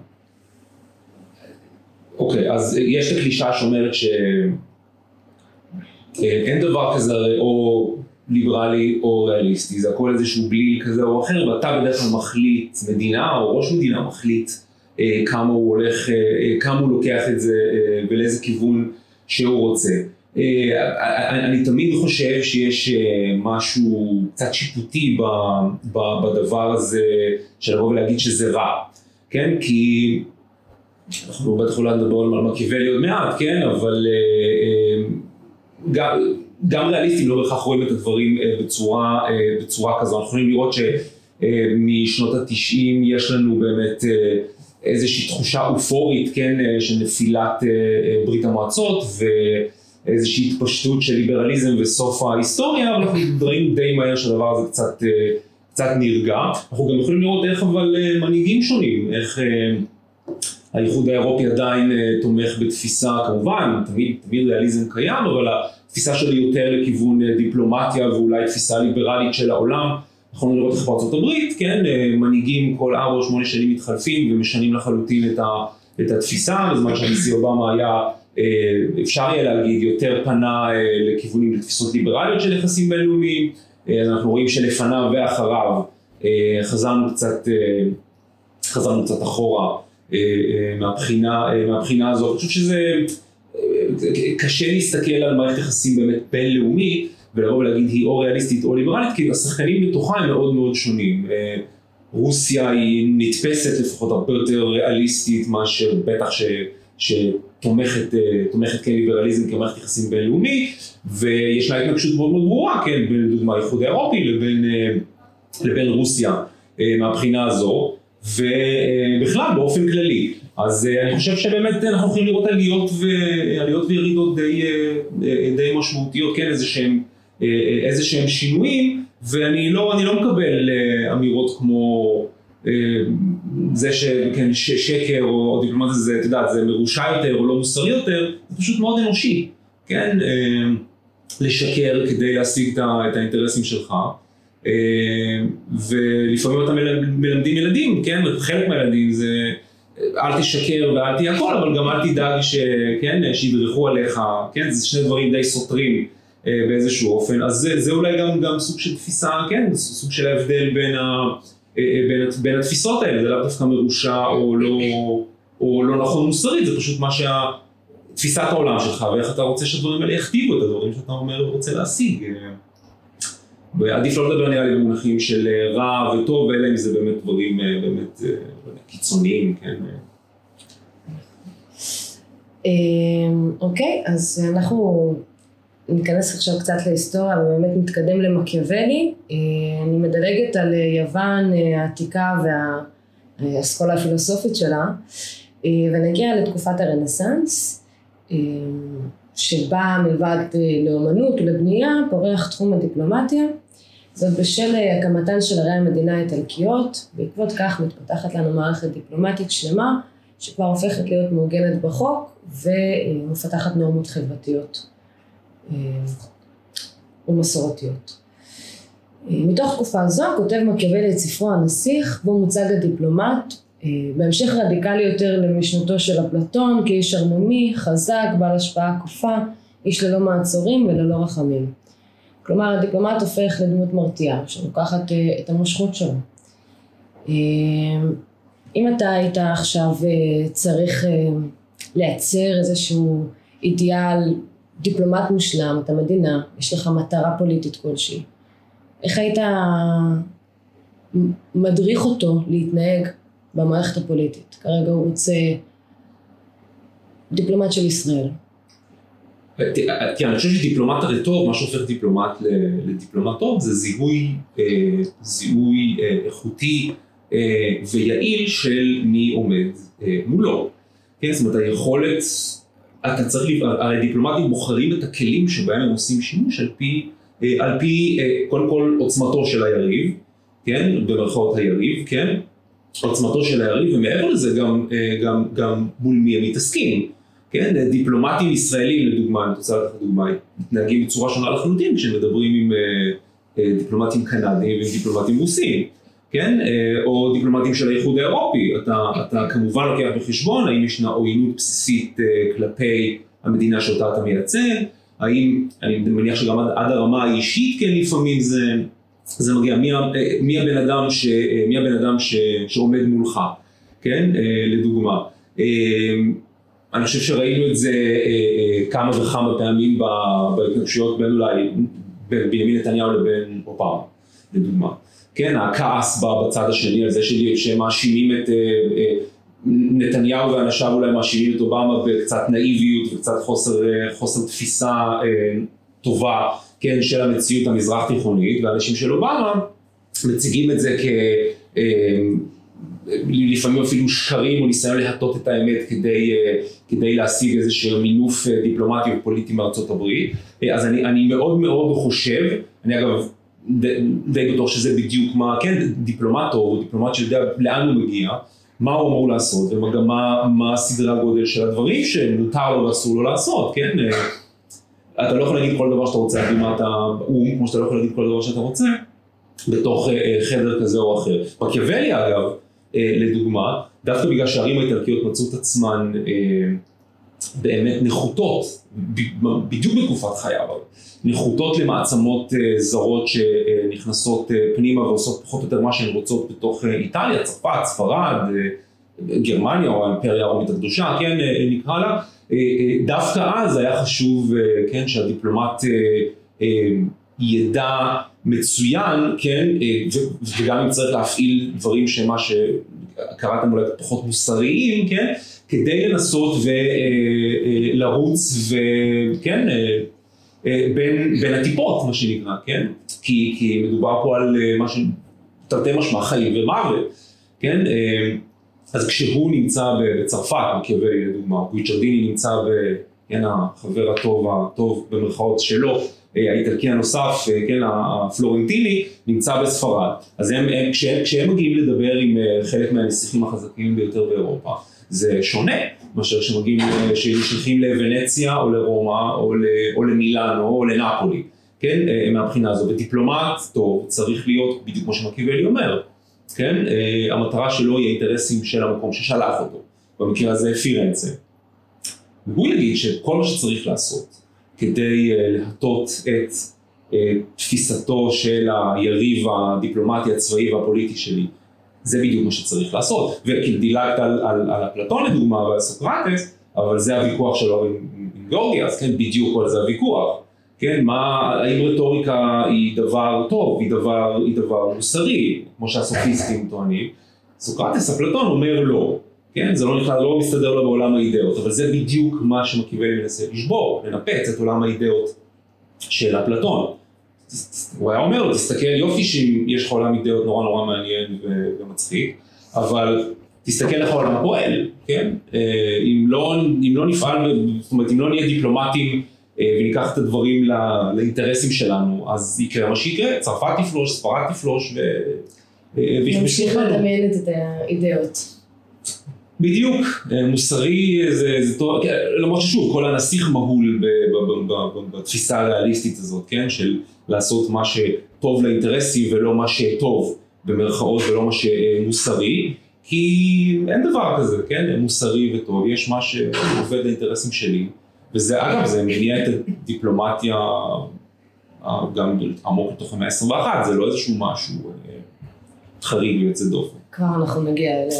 אוקיי, okay, אז יש את הקלישה שאומרת שאין דבר כזה או ליברלי או ריאליסטי, זה הכל איזשהו בליל כזה או אחר, ואתה בדרך כלל מחליט, מדינה או ראש מדינה מחליט כמה הוא הולך, כמה הוא לוקח את זה ולאיזה כיוון שהוא רוצה. אני תמיד חושב שיש משהו קצת שיפוטי בדבר הזה של לבוא ולהגיד שזה רע, כן? כי אנחנו בטח אולי נדבר על מקיאוולי עוד מעט, כן? אבל גם, גם ריאליסטים לא בהכרח רואים את הדברים בצורה, בצורה כזו. אנחנו יכולים לראות שמשנות ה-תשעים יש לנו באמת איזושהי תחושה אופורית, כן? של נפילת ברית המועצות ו... איזושהי התפשטות של ליברליזם וסוף ההיסטוריה, אבל אנחנו דברים די מהר שהדבר הזה קצת, קצת נרגע. אנחנו גם יכולים לראות איך אבל מנהיגים שונים, איך האיחוד האירופי עדיין תומך בתפיסה, כמובן, תמיד, תמיד ריאליזם קיים, אבל התפיסה שלי יותר לכיוון דיפלומטיה ואולי תפיסה ליברלית של העולם. אנחנו יכולים לראות איך בארצות הברית, כן, מנהיגים כל ארבע או שמונה שנים מתחלפים ומשנים לחלוטין את, ה, את התפיסה, בזמן שהנשיא אובמה היה אפשר יהיה להגיד, יותר פנה לכיוונים לתפיסות ליברליות של יחסים בינלאומיים, אז אנחנו רואים שלפניו ואחריו חזרנו קצת, חזרנו קצת אחורה מהבחינה, מהבחינה הזאת. אני חושב שזה קשה להסתכל על מערכת יחסים באמת בינלאומית ולבוא ולהגיד היא או ריאליסטית או ליברלית, כי השחקנים בתוכה הם מאוד מאוד שונים. רוסיה היא נתפסת לפחות הרבה יותר ריאליסטית מאשר בטח ש, שתומכת תומכת כן ליברליזם כמערכת יחסים בינלאומי, ויש לה התנגשות מאוד מאוד ברורה, כן, בין לדוגמה האיחוד האירופי לבין, לבין רוסיה מהבחינה הזו, ובכלל באופן כללי. אז אני חושב שבאמת אנחנו יכולים לראות עליות, ו... עליות וירידות די, די משמעותיות, כן, איזה שהם, איזה שהם שינויים, ואני לא, אני לא מקבל אמירות כמו זה שכן, שקר או דיפלומטיה זה, אתה יודע, זה מרושע יותר או לא מוסרי יותר, זה פשוט מאוד אנושי, כן, לשקר כדי להשיג את האינטרסים שלך. ולפעמים אתה מלמדים ילדים, כן, חלק מהילדים זה אל תשקר ואל תהיה הכל, אבל גם אל תדאג שכן, שידרכו עליך, כן, זה שני דברים די סותרים באיזשהו אופן, אז זה, זה אולי גם, גם סוג של תפיסה, כן, סוג של ההבדל בין, ה, בין, בין התפיסות האלה, זה לא דווקא מרושע או לא, או לא נכון מוסרית, זה פשוט מה שה, תפיסת העולם שלך, ואיך אתה רוצה שהדברים האלה יכתיבו את הדברים שאתה אומר ורוצה להשיג. ועדיף לא לדבר נראה לי במונחים של רע וטוב, ואלה אם זה באמת דברים באמת קיצוניים, כן. אוקיי, אז אנחנו ניכנס עכשיו קצת להיסטוריה ובאמת נתקדם למקיאוולי. אני מדלגת על יוון העתיקה והאסכולה הפילוסופית שלה, ונגיע לתקופת הרנסנס, שבה מלבד לאומנות ולבנייה פורח תחום הדיפלומטיה, זאת בשל הקמתן של ערי המדינה האיטלקיות. בעקבות כך מתפתחת לנו מערכת דיפלומטית שלמה שכבר הופכת להיות מעוגנת בחוק ומפתחת נורמות חברתיות ומסורתיות. מתוך תקופה זו כותב מקיאוולי את ספרו הנסיך, בו מוצג הדיפלומט בהמשך רדיקלי יותר למשנתו של אפלטון, כאיש הרמוני, חזק, בעל השפעה כופה, איש ללא מעצורים וללא רחמים. כלומר, הדיפלומט הופך לדמות מרתיעה, שלוקחת את המושכות שלו. אם אתה היית עכשיו צריך לייצר איזשהו אידיאל דיפלומט מושלם, אתה מדינה, יש לך מטרה פוליטית כלשהי, איך היית מדריך אותו להתנהג במערכת הפוליטית? כרגע הוא רוצה דיפלומט של ישראל. כי אני חושב שדיפלומט הרי טוב, מה שהופך דיפלומט לדיפלומט טוב, זה זיהוי, זיהוי איכותי ויעיל של מי עומד מולו. כן, זאת אומרת, היכולת, אתה צריך, הרי דיפלומטים בוחרים את הכלים שבהם הם עושים שימוש על פי, על פי, קודם כל עוצמתו של היריב, כן, במרכאות היריב, כן, עוצמתו של היריב, ומעבר לזה גם, גם, גם מול מי הם מתעסקים. כן, דיפלומטים ישראלים לדוגמה, אני רוצה לקחת דוגמה, מתנהגים בצורה שונה לחלוטין כשמדברים עם דיפלומטים קנדים ודיפלומטים רוסים, כן, או דיפלומטים של האיחוד האירופי. אתה, אתה כמובן לוקח בחשבון האם ישנה עוינות בסיסית כלפי המדינה שאותה אתה מייצג, האם, אני מניח שגם עד, עד הרמה האישית, כן, לפעמים זה, זה מגיע, מי, מי הבן אדם, ש, מי הבן אדם ש, שעומד מולך, כן, לדוגמה. אני חושב שראינו את זה אה, אה, כמה וכמה פעמים בהתנגשויות בין אולי בין בנימין נתניהו לבין אובמה, לדוגמה. כן, הכעס בצד השני על זה שלי, שהם מאשימים את אה, אה, נתניהו ואנשיו אולי מאשימים את אובמה בקצת נאיביות וקצת חוסר, אה, חוסר תפיסה אה, טובה, כן, של המציאות המזרח תיכונית, ואנשים של אובמה מציגים את זה כ... אה, לפעמים אפילו שקרים או ניסיון להטות את האמת כדי, כדי להשיג איזשהו מינוף דיפלומטי ופוליטי מארצות הברית. אז אני, אני מאוד מאוד חושב, אני אגב די, די בטוח שזה בדיוק מה, כן, דיפלומט או דיפלומט שיודע לאן הוא מגיע, מה הוא אמור לעשות, וגם מה, מה הסדרי הגודל של הדברים שמותר לו ואסור לו לעשות, כן? אתה לא יכול להגיד כל דבר שאתה רוצה, מה אתה, הוא, כמו שאתה לא יכול להגיד כל דבר שאתה רוצה, בתוך חדר כזה או אחר. מקיאוולי אגב, לדוגמה, דווקא בגלל שהערים האיטלקיות מצאו את עצמן באמת נחותות, בדיוק בתקופת חייו, נחותות למעצמות זרות שנכנסות פנימה ועושות פחות או יותר מה שהן רוצות בתוך איטליה, צרפת, ספרד, גרמניה או האימפריה הרומית הקדושה, כן, נקרא לה. דווקא אז היה חשוב, כן, שהדיפלומט ידע מצוין, כן, וגם אם צריך להפעיל דברים שמה שקראתם אולי פחות מוסריים, כן, כדי לנסות ולרוץ וכן, בין, בין הטיפות, מה שנקרא, כן, כי, כי מדובר פה על מה שתרתי משמע חיים ומוות, כן, אז כשהוא נמצא בצרפת, מקיאוולי לדוגמה, גויצ'רדיני נמצא ב... כן, החבר הטוב, הטוב במרכאות שלו, האיטלקי הנוסף, כן, הפלורנטיני, נמצא בספרד. אז הם, הם, כשהם, כשהם מגיעים לדבר עם חלק מהנסיכים החזקים ביותר באירופה, זה שונה מאשר שמגיעים, שנשלחים לוונציה או לרומא או, ל, או למילאנו או לנפולי, כן, מהבחינה הזו. ודיפלומט טוב צריך להיות, בדיוק כמו שמקיאוולי אומר, כן, המטרה שלו היא האינטרסים של המקום ששלח אותו, במקרה הזה פירנצה. והוא יגיד שכל מה שצריך לעשות כדי להטות את תפיסתו של היריב הדיפלומטי הצבאי והפוליטי שלי, זה בדיוק מה שצריך לעשות. וכאילו דילגת על, על, על אפלטון לדוגמה ועל סוקרטס, אבל זה הוויכוח שלו עם, עם גורגיאס, כן, בדיוק על זה הוויכוח. כן, מה, האם רטוריקה היא דבר טוב, היא דבר, היא דבר מוסרי, כמו שהסופיסטים טוענים. סוקרטס, אפלטון אומר לא. כן, זה לא נכלל, לא מסתדר לו בעולם האידאות, אבל זה בדיוק מה שמקיאוולי מנסה לשבור, לנפץ את עולם האידאות של אפלטון. הוא היה אומר לו, תסתכל, יופי שיש לך עולם אידאות נורא נורא מעניין ומצחיק, אבל תסתכל לך עולם הפועל, כן? אם לא, אם לא נפעל, זאת אומרת, אם לא נהיה דיפלומטים וניקח את הדברים לאינטרסים שלנו, אז יקרה מה שיקרה, צרפת תפלוש, ספרד תפלוש ו... נמשיך לדמיינת את האידאות. בדיוק, מוסרי זה, זה טוב, למרות ששוב, כל הנסיך מהול בתפיסה הריאליסטית הזאת, כן? של לעשות מה שטוב לאינטרסים ולא מה שטוב במרכאות ולא מה שמוסרי, כי אין דבר כזה, כן? מוסרי וטוב, יש מה שעובד לאינטרסים שלי, וזה אגב, זה מניע את הדיפלומטיה גם עמוק לתוך המאה ה-עשרים ואחת, זה לא איזשהו משהו חריג ויוצא דופן. כבר אנחנו נגיע אליה.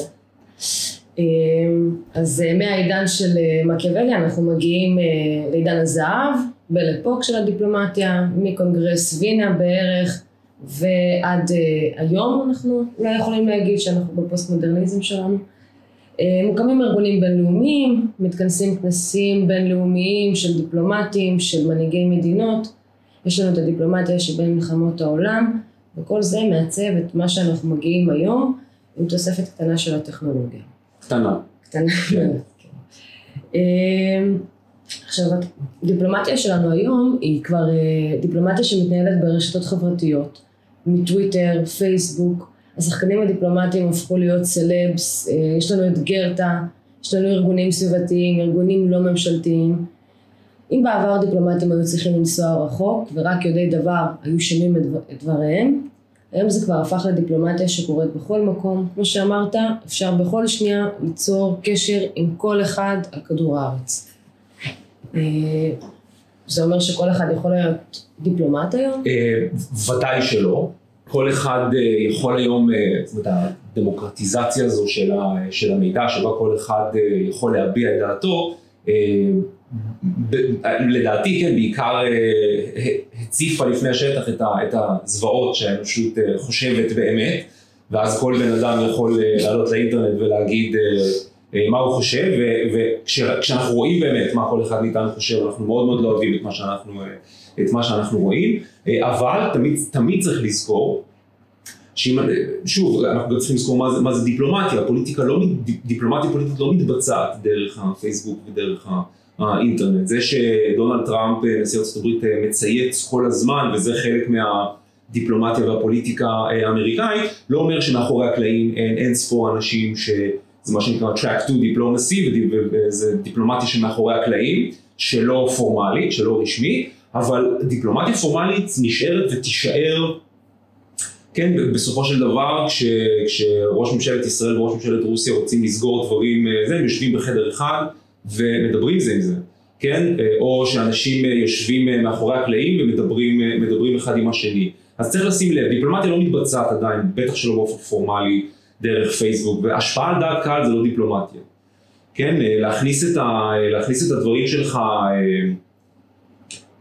אז מהעידן של מקיאוולי אנחנו מגיעים לעידן הזהב, בלפוק של הדיפלומטיה, מקונגרס וינה בערך, ועד היום אנחנו אולי יכולים להגיד שאנחנו בפוסט מודרניזם שלנו. מוקמים ארגונים בינלאומיים, מתכנסים כנסים בינלאומיים של דיפלומטים, של מנהיגי מדינות, יש לנו את הדיפלומטיה שבין מלחמות העולם, וכל זה מעצב את מה שאנחנו מגיעים היום, עם תוספת קטנה של הטכנולוגיה. קטנה. קטנה. עכשיו, הדיפלומטיה שלנו היום היא כבר דיפלומטיה שמתנהלת ברשתות חברתיות, מטוויטר, פייסבוק. השחקנים הדיפלומטיים הפכו להיות סלבס, יש לנו את גרטה, יש לנו ארגונים סביבתיים, ארגונים לא ממשלתיים. אם בעבר דיפלומטים היו צריכים לנסוע רחוק, ורק יודעי דבר היו שומעים את דבריהם, היום זה כבר הפך לדיפלומטיה שקורית בכל מקום. כמו שאמרת, אפשר בכל שנייה ליצור קשר עם כל אחד על כדור הארץ. זה אומר שכל אחד יכול להיות דיפלומט היום? ודאי שלא. כל אחד יכול היום, זאת אומרת, הדמוקרטיזציה הזו של המידע, שבה כל אחד יכול להביע את דעתו, לדעתי, כן, בעיקר הציפה לפני השטח את הזוועות שהאנושות חושבת באמת, ואז כל בן אדם יכול לעלות לאינטרנט ולהגיד מה הוא חושב, וכשאנחנו רואים באמת מה כל אחד מאיתנו חושב, אנחנו מאוד מאוד לא אוהבים את מה שאנחנו, את מה שאנחנו רואים, אבל תמיד, תמיד צריך לזכור, שוב, אנחנו גם צריכים לזכור מה זה, מה זה דיפלומטיה, פוליטיקה לא, דיפלומטיה פוליטית לא מתבצעת דרך הפייסבוק ודרך האינטרנט. זה שדונלד טראמפ, נשיא ארצות הברית, מצייץ כל הזמן, וזה חלק מהדיפלומטיה והפוליטיקה האמריקאית, לא אומר שמאחורי הקלעים אין, אין ספור אנשים שזה מה שנקרא track to diplomacy, וזה דיפלומטיה שמאחורי הקלעים, שלא פורמלית, שלא רשמית, אבל דיפלומטיה פורמלית נשארת ותישאר, כן, בסופו של דבר, כש, כשראש ממשלת ישראל וראש ממשלת רוסיה רוצים לסגור דברים, זה, הם יושבים בחדר אחד ומדברים זה עם זה, כן? או שאנשים יושבים מאחורי הקלעים ומדברים מדברים אחד עם השני. אז צריך לשים לב, דיפלומטיה לא מתבצעת עדיין, בטח שלא באופן פורמלי, דרך פייסבוק, והשפעה על דעת קהל זה לא דיפלומטיה. כן, להכניס את, ה, להכניס את הדברים שלך,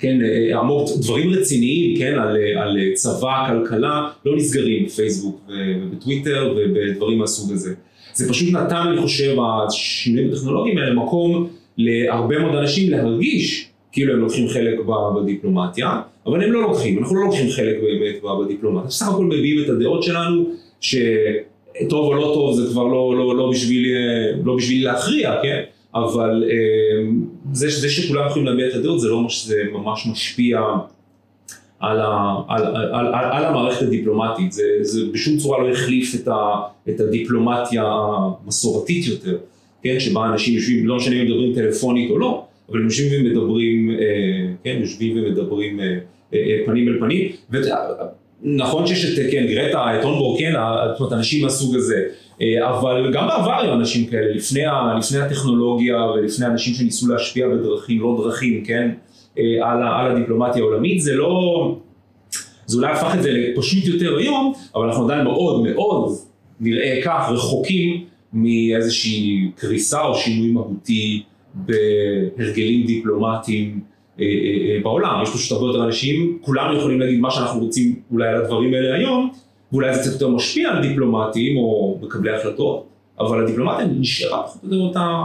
כן, אמור, דברים רציניים, כן, על, על צבא, כלכלה, לא נסגרים בפייסבוק ובטוויטר ובדברים מהסוג הזה. זה פשוט נתן, אני חושב, השינויים הטכנולוגיים האלה מקום להרבה מאוד אנשים להרגיש כאילו הם לוקחים חלק בדיפלומטיה, אבל הם לא לוקחים, אנחנו לא לוקחים חלק באמת בדיפלומטיה. בסך הכל מביאים את הדעות שלנו, שטוב או לא טוב זה כבר לא, לא, לא בשביל, לא בשביל להכריע, כן? אבל זה, זה שכולם יכולים להביע את הדעות, זה לא זה ממש משפיע על, ה, על, על, על, על המערכת הדיפלומטית. זה, זה בשום צורה לא החליף את, ה, את הדיפלומטיה המסורתית יותר, כן? שבה אנשים יושבים, לא משנה אם מדברים טלפונית או לא, אבל הם יושבים ומדברים, כן, יושבים ומדברים פנים אל פנים. ונכון שיש את, כן, גרטה, את אונבורג, כן, זאת אומרת, אנשים מהסוג הזה. אבל גם בעבר היו אנשים כאלה, לפני, לפני הטכנולוגיה ולפני אנשים שניסו להשפיע בדרכים, לא דרכים, כן, על, על הדיפלומטיה העולמית. זה לא, זה אולי הפך את זה לפשוט יותר היום, אבל אנחנו עדיין מאוד מאוד נראה כך רחוקים מאיזושהי קריסה או שינוי מהותי בהרגלים דיפלומטיים בעולם. יש פשוט הרבה יותר אנשים, כולנו יכולים להגיד מה שאנחנו רוצים אולי על הדברים האלה היום, ואולי זה קצת יותר משפיע על דיפלומטים או מקבלי החלטות, אבל הדיפלומטיה נשארה פחות או אותה,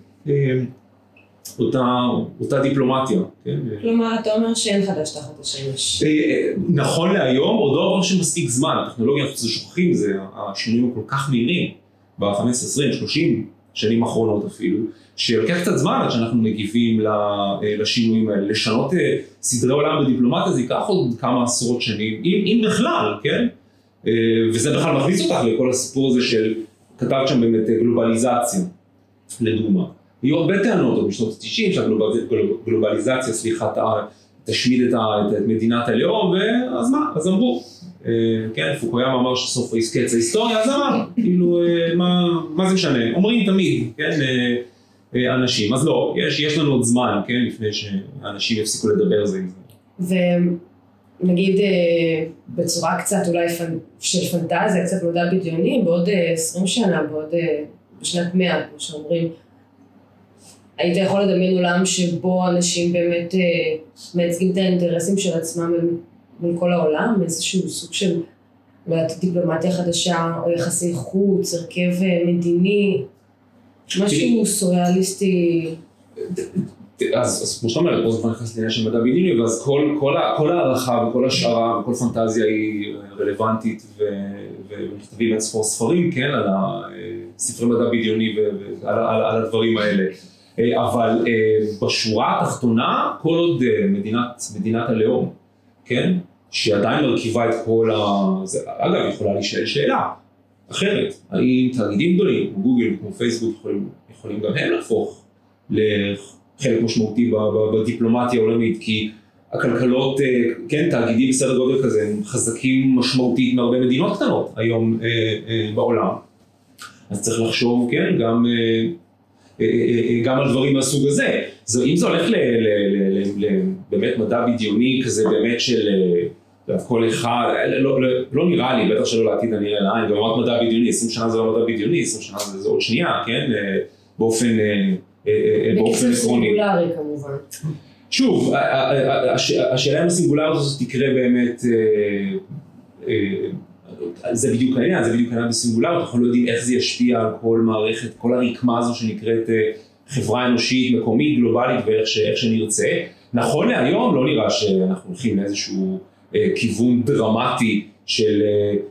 אותה, אותה דיפלומטיה. כן? כלומר, אתה אומר שאין חדש תחת השמש. נכון להיום, עוד לא עבר שמספיק זמן, הטכנולוגיה אנחנו שוכחים, זה השינויים כל כך מהירים, ב-חמש עשרה, עשרים, שלושים שנים האחרונות אפילו, שלוקח קצת זמן עד שאנחנו מגיבים לשינויים האלה. לשנות סדרי עולם בדיפלומטיה זה ייקח עוד כמה עשרות שנים, אם, אם בכלל, כן? וזה בכלל מכניס אותך לכל הסיפור הזה של, כתבת שם באמת גלובליזציה, לדוגמה. היו הרבה טענות עוד בשנות ה-תשעים, שהגלובליזציה, סליחה, תשמיד את מדינת הלאום, ואז מה? אז אמרו. כן, פוקויאמה אמר שסוף קץ ההיסטוריה, אז אמר, כאילו, מה, מה זה משנה? אומרים תמיד, כן, אנשים. אז לא, יש, יש לנו עוד זמן, כן, לפני שאנשים יפסיקו לדבר זה עם זה. ונגיד, בצורה קצת אולי של פנטזיה, קצת מדע בדיוני, בעוד עשרים שנה, בעוד, בשנת מאה, כמו שאומרים, היית יכול לדמיין עולם שבו אנשים באמת מייצגים את האינטרסים של עצמם מול כל העולם, איזשהו סוג של דיפלומטיה חדשה, או יחסי חוץ, הרכב מדיני, משהו סוריאליסטי. אז כמו שאתה אומרת, פה זה כבר נכנס לעניין של מדע בדיוני, ואז כל הערכה וכל השערה וכל פנטזיה היא רלוונטית, ונכתבים אין ספור ספרים, כן, על ספרי מדע בדיוני ועל הדברים האלה. אבל בשורה התחתונה, כל עוד מדינת הלאום, כן, שעדיין מרכיבה את כל ה... אגב, יכולה להישאל שאלה אחרת. האם תאגידים גדולים, כמו גוגל וכמו פייסבוק, יכולים, יכולים גם הם להפוך לחלק משמעותי בדיפלומטיה העולמית, כי הכלכלות, כן, תאגידים בסדר גודל כזה, הם חזקים משמעותית מהרבה מדינות קטנות היום בעולם. אז צריך לחשוב, כן, גם... גם על דברים מהסוג הזה. זו, אם זה הולך לבאמת מדע בדיוני כזה באמת של כל אחד, לא, לא, לא נראה לי, בטח שלא לעתיד אני נראה לעין, גם רק מדע בדיוני, עשרים שנה זה לא מדע בדיוני, עשרים שנה זה עוד שנייה, כן? באופן באופן בקצב סינגולרי כמובן. שוב, השאלה אם הסינגולריות הזאת תקרה באמת, זה בדיוק העניין, זה בדיוק העניין בסינגולריות, אנחנו לא יודעים איך זה ישפיע על כל מערכת, כל הרקמה הזו שנקראת חברה אנושית, מקומית, גלובלית, ואיך שנרצה. נכון להיום לא נראה שאנחנו הולכים לאיזשהו כיוון דרמטי של,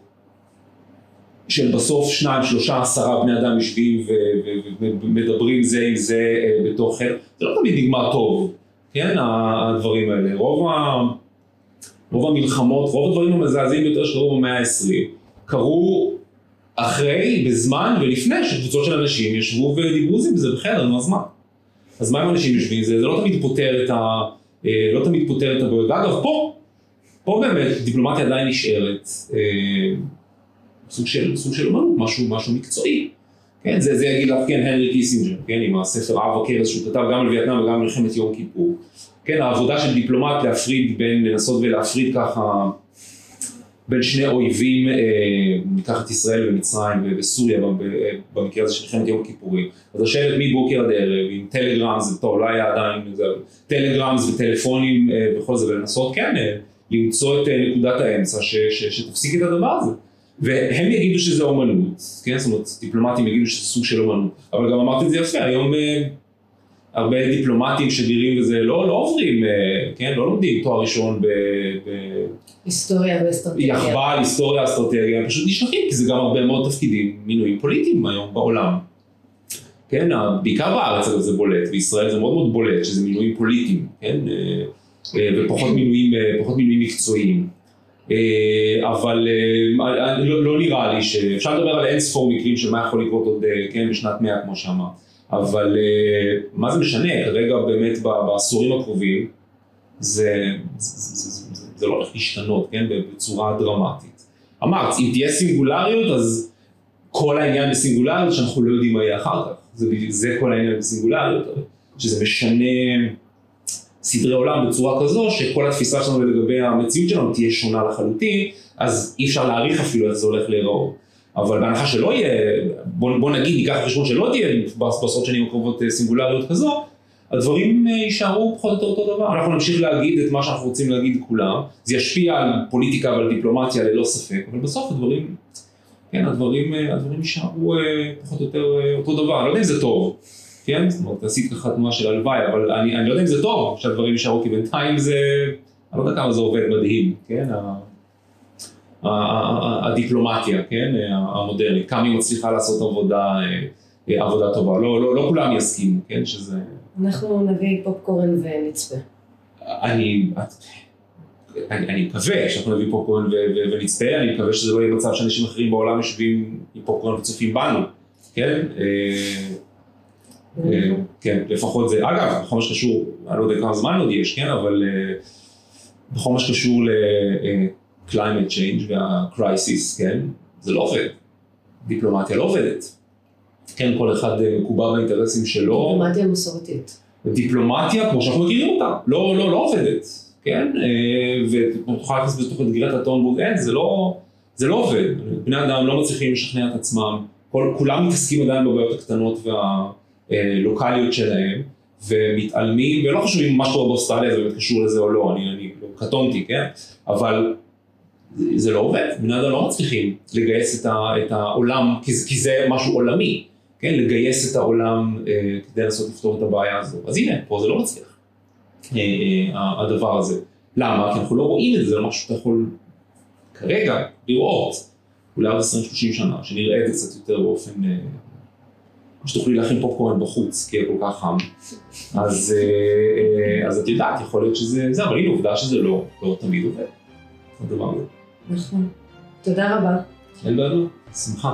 של בסוף שניים, שלושה, עשרה בני אדם יושבים ומדברים זה עם זה בתוך חדר. זה לא תמיד נגמר טוב, כן, הדברים האלה. רוב ה... רוב המלחמות, רוב הדברים המזעזעים ביותר שקרו במאה העשרים, קרו אחרי, בזמן ולפני שקבוצות של אנשים ישבו ודיברו זה בחדר, נו אז מה? אז מה אם אנשים יושבים? זה, זה לא תמיד פותר את ה... לא תמיד פותר את הבעיות. ואגב, פה, פה באמת דיפלומטיה עדיין נשארת סוג של, סוג של אומנות, משהו, משהו מקצועי. כן, זה, זה יגיד לך, כן, הנרי קיסינג'ר, כן, עם הספר אב הכרס שהוא כתב גם על וייטנאם וגם על מלחמת יום כיפור. כן, העבודה של דיפלומט להפריד בין, לנסות ולהפריד ככה בין שני אויבים, ניקח את ישראל ומצרים וסוריה, במקרה הזה של מלחמת יום הכיפורים. אז לשבת מבוקר עד ערב, עם טלגרמס, זה טוב, לא היה עדיין, טלגרמס וטלפונים וכל זה, ולנסות, כן, למצוא את נקודת האמצע שתפסיק את הדבר הזה. והם יגידו שזה אומנות, כן? זאת אומרת, דיפלומטים יגידו שזה סוג של אומנות. אבל גם אמרתי את זה יפה, היום הרבה דיפלומטים שדירים וזה לא, לא עוברים, כן? לא לומדים תואר ראשון ב... היסטוריה ואסטרטגיה. יחב"ל, היסטוריה, אסטרטגיה, הם פשוט נשלחים, כי זה גם הרבה מאוד תפקידים, מינויים פוליטיים היום בעולם. כן? בעיקר בארץ זה בולט, בישראל זה מאוד מאוד בולט, שזה מינויים פוליטיים, כן? ופחות מינויים, פחות מינויים מקצועיים. אבל לא, לא נראה לי שאפשר לדבר על אין ספור מקרים של מה יכול לקרות עוד, כן, בשנת מאה כמו שאמר. אבל מה זה משנה? כרגע באמת בעשורים הקרובים זה, זה, זה, זה, זה לא הולך להשתנות, כן, בצורה דרמטית. אמרת, אם תהיה סינגולריות, אז כל העניין בסינגולריות שאנחנו לא יודעים מה יהיה אחר כך. זה, זה כל העניין בסינגולריות, שזה משנה סדרי עולם בצורה כזו, שכל התפיסה שלנו לגבי המציאות שלנו תהיה שונה לחלוטין, אז אי אפשר להעריך אפילו איך זה הולך להיראות. אבל בהנחה שלא יהיה, בוא, בוא נגיד, ניקח חשבון שלא תהיה בעשרות שנים הקרובות סינגולריות כזו, הדברים יישארו פחות או יותר אותו דבר. אנחנו נמשיך להגיד את מה שאנחנו רוצים להגיד כולם, זה ישפיע על פוליטיקה ועל דיפלומטיה ללא ספק, אבל בסוף הדברים, כן, הדברים, הדברים יישארו פחות או יותר אותו דבר. אני לא יודע אם זה טוב, כן? זאת אומרת, עשית ככה תנועה של הלוואי, אבל אני, אני לא יודע אם זה טוב שהדברים יישארו, כי בינתיים זה, אני לא יודע כמה זה עובד מדהים, כן? הדיפלומטיה, כן? המודרנית, כמה היא מצליחה לעשות עבודה, עבודה טובה. לא, לא, לא כולם יסכימו, כן? שזה... אנחנו נביא פופקורן ונצפה. אני, אני, אני מקווה שאנחנו נביא פופקורן ונצפה, אני מקווה שזה לא יהיה מצב שאנשים אחרים בעולם יושבים עם פופקורן וצופים בנו, כן? כן, לפחות זה, אגב, בכל מה שקשור, אני לא יודע כמה זמן עוד יש, כן? אבל בכל מה שקשור ל-climate change וה-crisis, כן? זה לא עובד. דיפלומטיה לא עובדת. כן, כל אחד מקובע באינטרסים שלו. דיפלומטיה מסורתית. דיפלומטיה, כמו שאנחנו מכירים אותה, לא, לא, לא עובדת, כן? ותוכל להכניס בתוך את גרטה טונברג, אין, זה לא, זה לא עובד. בני אדם לא מצליחים לשכנע את עצמם. כל, כולם מתעסקים עדיין בבעיות הקטנות והלוקליות שלהם, ומתעלמים, ולא חשוב אם מה שקורה באוסטרליה זה באמת קשור לזה או לא, אני, אני קטונתי, כן? אבל זה לא עובד. בני אדם לא מצליחים לגייס את, ה, את העולם, כי, כי זה משהו עולמי. כן, לגייס את העולם אה, כדי לנסות לפתור את הבעיה הזו. אז הנה, פה זה לא מצליח, אה, אה, הדבר הזה. למה? כי אנחנו לא רואים את זה, זה משהו שאתה יכול כרגע לראות, אולי עוד עשרים שלושים שנה, שנראה את זה קצת יותר באופן, אה, שתוכלי להכין פופקורן בחוץ, כי יהיה כל כך חם. אז, אה, אה, אז את יודעת, יכול להיות שזה, זה, אבל הנה עובדה שזה לא, לא תמיד עובד. זה הדבר הזה. נכון. תודה רבה. אין בעיה, שמחה.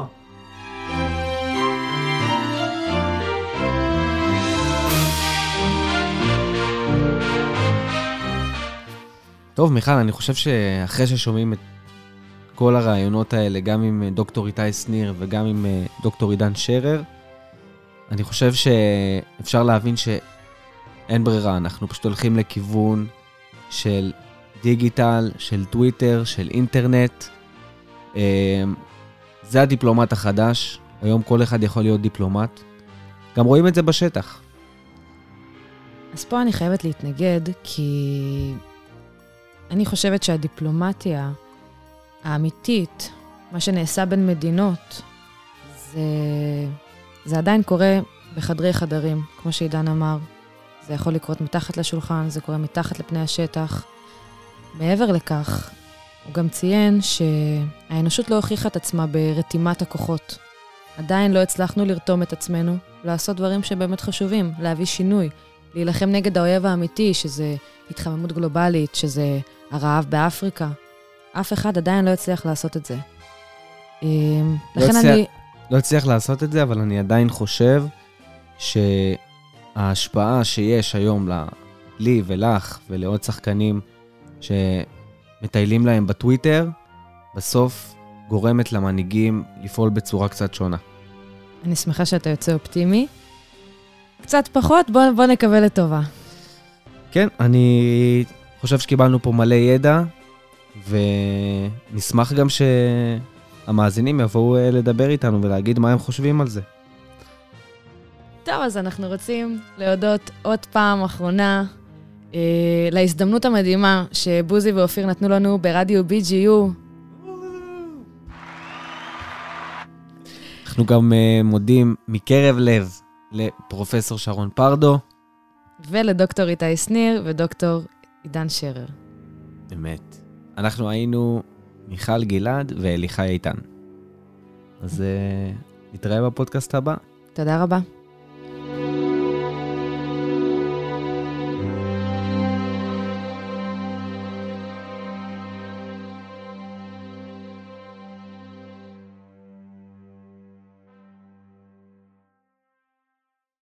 טוב, מיכל, אני חושב שאחרי ששומעים את כל הרעיונות האלה, גם עם דוקטור איתי שניר וגם עם דוקטור עידן שרר, אני חושב שאפשר להבין שאין ברירה, אנחנו פשוט הולכים לכיוון של דיגיטל, של טוויטר, של אינטרנט. זה הדיפלומט החדש, היום כל אחד יכול להיות דיפלומט. גם רואים את זה בשטח. אז פה אני חייבת להתנגד, כי אני חושבת שהדיפלומטיה האמיתית, מה שנעשה בין מדינות, זה, זה עדיין קורה בחדרי חדרים, כמו שעידן אמר. זה יכול לקרות מתחת לשולחן, זה קורה מתחת לפני השטח. מעבר לכך, הוא גם ציין שהאנושות לא הוכיחה את עצמה ברתימת הכוחות. עדיין לא הצלחנו לרתום את עצמנו, לעשות דברים שבאמת חשובים, להביא שינוי, להילחם נגד האויב האמיתי, שזה התחממות גלובלית, שזה הרעב באפריקה. אף אחד עדיין לא הצליח לעשות את זה. לא לכן הצליח, אני... לא הצליח לעשות את זה, אבל אני עדיין חושב שההשפעה שיש היום לי ולך ולעוד שחקנים שמטיילים להם בטוויטר, בסוף גורמת למנהיגים לפעול בצורה קצת שונה. אני שמחה שאתה יוצא אופטימי. קצת פחות, בוא, בוא נקבל לטובה. כן, אני חושב שקיבלנו פה מלא ידע, ונשמח גם שהמאזינים יבואו לדבר איתנו ולהגיד מה הם חושבים על זה. טוב, אז אנחנו רוצים להודות עוד פעם אחרונה אה, להזדמנות המדהימה שבוזי ואופיר נתנו לנו ברדיו בי ג'י יו. אנחנו גם uh, מודים מקרב לב לפרופסור שרון פרדו. ולדוקטור איתי שניר ודוקטור עידן שרר. באמת. אנחנו היינו מיכל גלעד ואליחי איתן. אז uh, נתראה בפודקאסט הבא. תודה רבה.